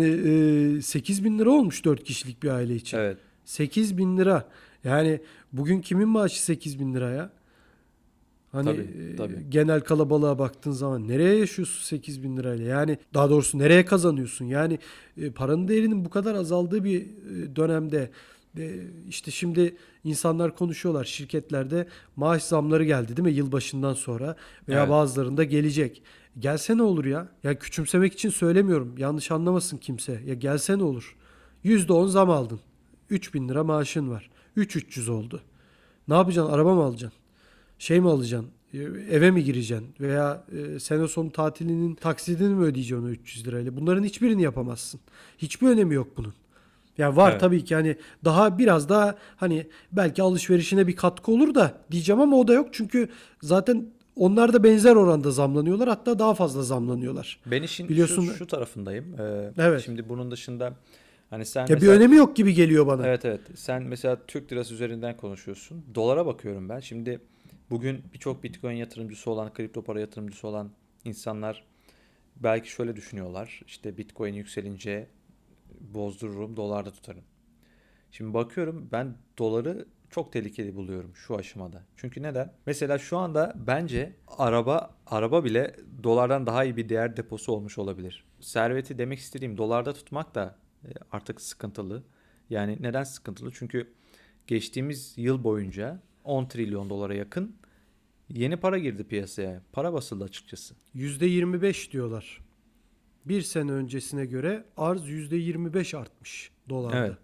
[SPEAKER 1] 8 bin lira olmuş 4 kişilik bir aile için.
[SPEAKER 2] Evet.
[SPEAKER 1] 8 bin lira. Yani bugün kimin maaşı 8 bin lira ya? Hani
[SPEAKER 2] Tabii.
[SPEAKER 1] genel kalabalığa baktığın zaman nereye yaşıyorsun 8 bin lirayla? Yani daha doğrusu nereye kazanıyorsun? Yani paranın değerinin bu kadar azaldığı bir dönemde işte şimdi insanlar konuşuyorlar şirketlerde maaş zamları geldi değil mi yılbaşından sonra veya
[SPEAKER 2] Evet.
[SPEAKER 1] bazılarında gelecek. Gelse ne olur ya? Ya küçümsemek için söylemiyorum. Yanlış anlamasın kimse. Ya gelse ne olur? %10 zam aldın. 3 bin lira maaşın var. 3.300 oldu. Ne yapacaksın? Araba mı alacaksın? Şey mi alacaksın? Eve mi gireceksin? Veya sene sonu tatilinin taksidini mi ödeyeceksin o 300 lirayla? Bunların hiçbirini yapamazsın. Hiçbir önemi yok bunun. Ya var
[SPEAKER 2] Evet.
[SPEAKER 1] tabii ki hani daha biraz daha hani belki alışverişine bir katkı olur da diyeceğim ama o da yok. Çünkü zaten onlar da benzer oranda zamlanıyorlar. Hatta daha fazla zamlanıyorlar.
[SPEAKER 2] Ben işin
[SPEAKER 1] Biliyorsun
[SPEAKER 2] şu tarafındayım.
[SPEAKER 1] evet.
[SPEAKER 2] Şimdi bunun dışında hani sen
[SPEAKER 1] Ya bir
[SPEAKER 2] mesela
[SPEAKER 1] önemi yok gibi geliyor bana.
[SPEAKER 2] evet, sen mesela Türk lirası üzerinden konuşuyorsun. Dolara bakıyorum ben. Şimdi bugün birçok Bitcoin yatırımcısı olan, kripto para yatırımcısı olan insanlar belki şöyle düşünüyorlar. İşte Bitcoin yükselince bozdururum, dolarda tutarım. Şimdi bakıyorum ben doları çok tehlikeli buluyorum şu aşamada. Çünkü neden? Mesela şu anda bence araba bile dolardan daha iyi bir değer deposu olmuş olabilir. Serveti demek istediğim dolarda tutmak da artık sıkıntılı. Yani neden sıkıntılı? Çünkü geçtiğimiz yıl boyunca 10 trilyon dolara yakın yeni para girdi piyasaya. Para basıldı açıkçası.
[SPEAKER 1] %25 diyorlar. Bir sene öncesine göre arz %25 artmış dolarda.
[SPEAKER 2] Evet.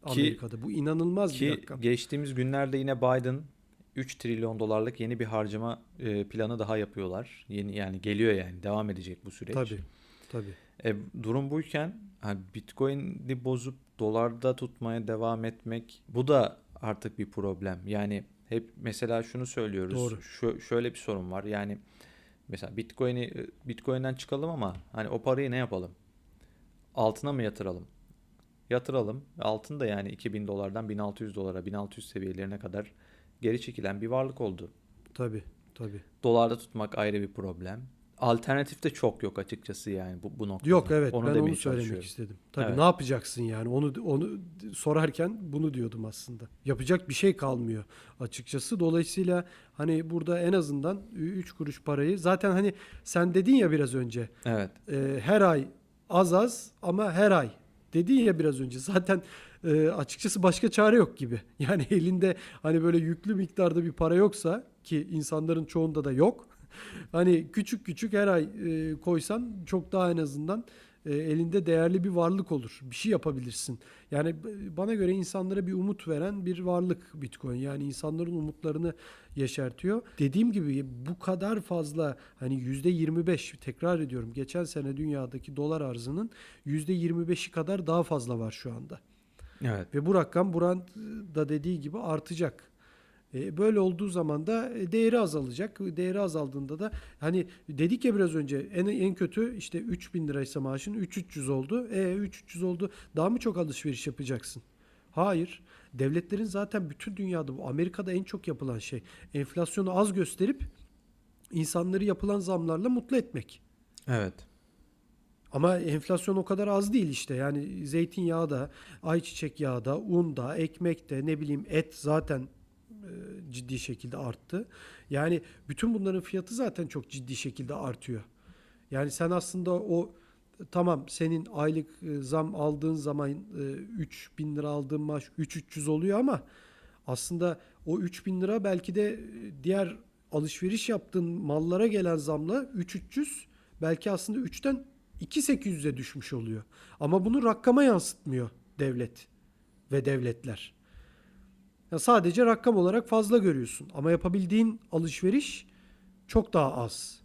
[SPEAKER 1] Amerika'da. Bu inanılmaz bir
[SPEAKER 2] Ki
[SPEAKER 1] rakam.
[SPEAKER 2] geçtiğimiz günlerde yine Biden 3 trilyon dolarlık yeni bir harcama planı daha yapıyorlar. Yani geliyor, yani devam edecek bu süreç.
[SPEAKER 1] Tabii. Tabii.
[SPEAKER 2] Durum buyken Bitcoin'i bozup dolarda tutmaya devam etmek, bu da artık bir problem. Yani hep mesela şunu söylüyoruz.
[SPEAKER 1] Doğru.
[SPEAKER 2] Şöyle bir sorun var. Yani mesela Bitcoin'den çıkalım ama hani o parayı ne yapalım? Altına mı yatıralım? Yatıralım. Altın da yani 2000 dolardan 1600 dolara, 1600 seviyelerine kadar geri çekilen bir varlık oldu.
[SPEAKER 1] Tabii. Tabii.
[SPEAKER 2] Dolarda tutmak ayrı bir problem. Alternatif de çok yok açıkçası yani bu noktada.
[SPEAKER 1] Yok, evet,
[SPEAKER 2] Onu
[SPEAKER 1] ben
[SPEAKER 2] demeye
[SPEAKER 1] onu söylemek
[SPEAKER 2] çalışıyorum.
[SPEAKER 1] istedim. Tabii,
[SPEAKER 2] Evet.
[SPEAKER 1] ne yapacaksın yani? Onu sorarken bunu diyordum aslında. Yapacak bir şey kalmıyor açıkçası. Dolayısıyla hani burada en azından 3 kuruş parayı zaten, hani sen dedin ya biraz önce,
[SPEAKER 2] Evet.
[SPEAKER 1] her ay az ama her ay dedin ya biraz önce. Zaten açıkçası başka çare yok gibi. Yani elinde hani böyle yüklü miktarda bir para yoksa, ki insanların çoğunda da yok. Hani küçük küçük her ay koysan çok daha en azından elinde değerli bir varlık olur. Bir şey yapabilirsin. Yani bana göre insanlara bir umut veren bir varlık Bitcoin. Yani insanların umutlarını yeşertiyor. Dediğim gibi bu kadar fazla, hani %25, tekrar ediyorum, geçen sene dünyadaki dolar arzının %25'i kadar daha fazla var şu anda.
[SPEAKER 2] Evet.
[SPEAKER 1] Ve bu rakam Buran da dediği gibi artacak. Böyle olduğu zaman da değeri azalacak. Değeri azaldığında da, hani dedik ya biraz önce, en kötü işte 3.000 liraysa maaşın 3.300 oldu. 3.300 oldu. Daha mı çok alışveriş yapacaksın? Hayır. Devletlerin zaten bütün dünyada, bu Amerika'da en çok yapılan şey, enflasyonu az gösterip insanları yapılan zamlarla mutlu etmek.
[SPEAKER 2] Evet.
[SPEAKER 1] Ama enflasyon o kadar az değil işte. Yani zeytinyağı da, ayçiçek yağı da, un da, ekmek de, ne bileyim, et zaten ciddi şekilde arttı. Yani bütün bunların fiyatı zaten çok ciddi şekilde artıyor. Yani sen aslında tamam, senin aylık zam aldığın zaman 3.000 lira aldığın maaş 3.300 oluyor ama aslında o 3.000 lira belki de diğer alışveriş yaptığın mallara gelen zamla 3.300 belki aslında 3'ten 2.800'e düşmüş oluyor. Ama bunu rakama yansıtmıyor devlet ve devletler. Ya sadece rakam olarak fazla görüyorsun ama yapabildiğin alışveriş çok daha az.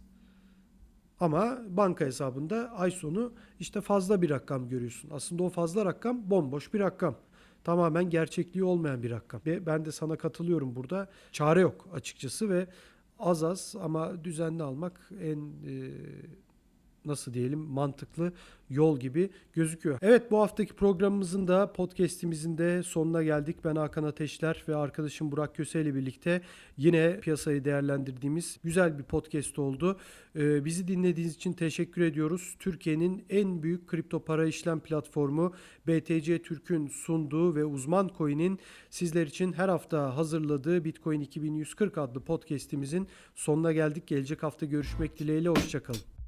[SPEAKER 1] Ama banka hesabında ay sonu işte fazla bir rakam görüyorsun. Aslında o fazla rakam bomboş bir rakam. Tamamen gerçekliği olmayan bir rakam. Ve ben de sana katılıyorum burada. Çare yok açıkçası ve az ama düzenli almak en nasıl diyelim, mantıklı yol gibi gözüküyor. Evet, bu haftaki programımızın da, podcast'imizin de sonuna geldik. Ben Hakan Ateşler ve arkadaşım Burak Köse ile birlikte yine piyasayı değerlendirdiğimiz güzel bir podcast oldu. Bizi dinlediğiniz için teşekkür ediyoruz. Türkiye'nin en büyük kripto para işlem platformu BTC Türk'ün sunduğu ve Uzman Coin'in sizler için her hafta hazırladığı Bitcoin 2140 adlı podcast'imizin sonuna geldik. Gelecek hafta görüşmek dileğiyle, hoşça kalın.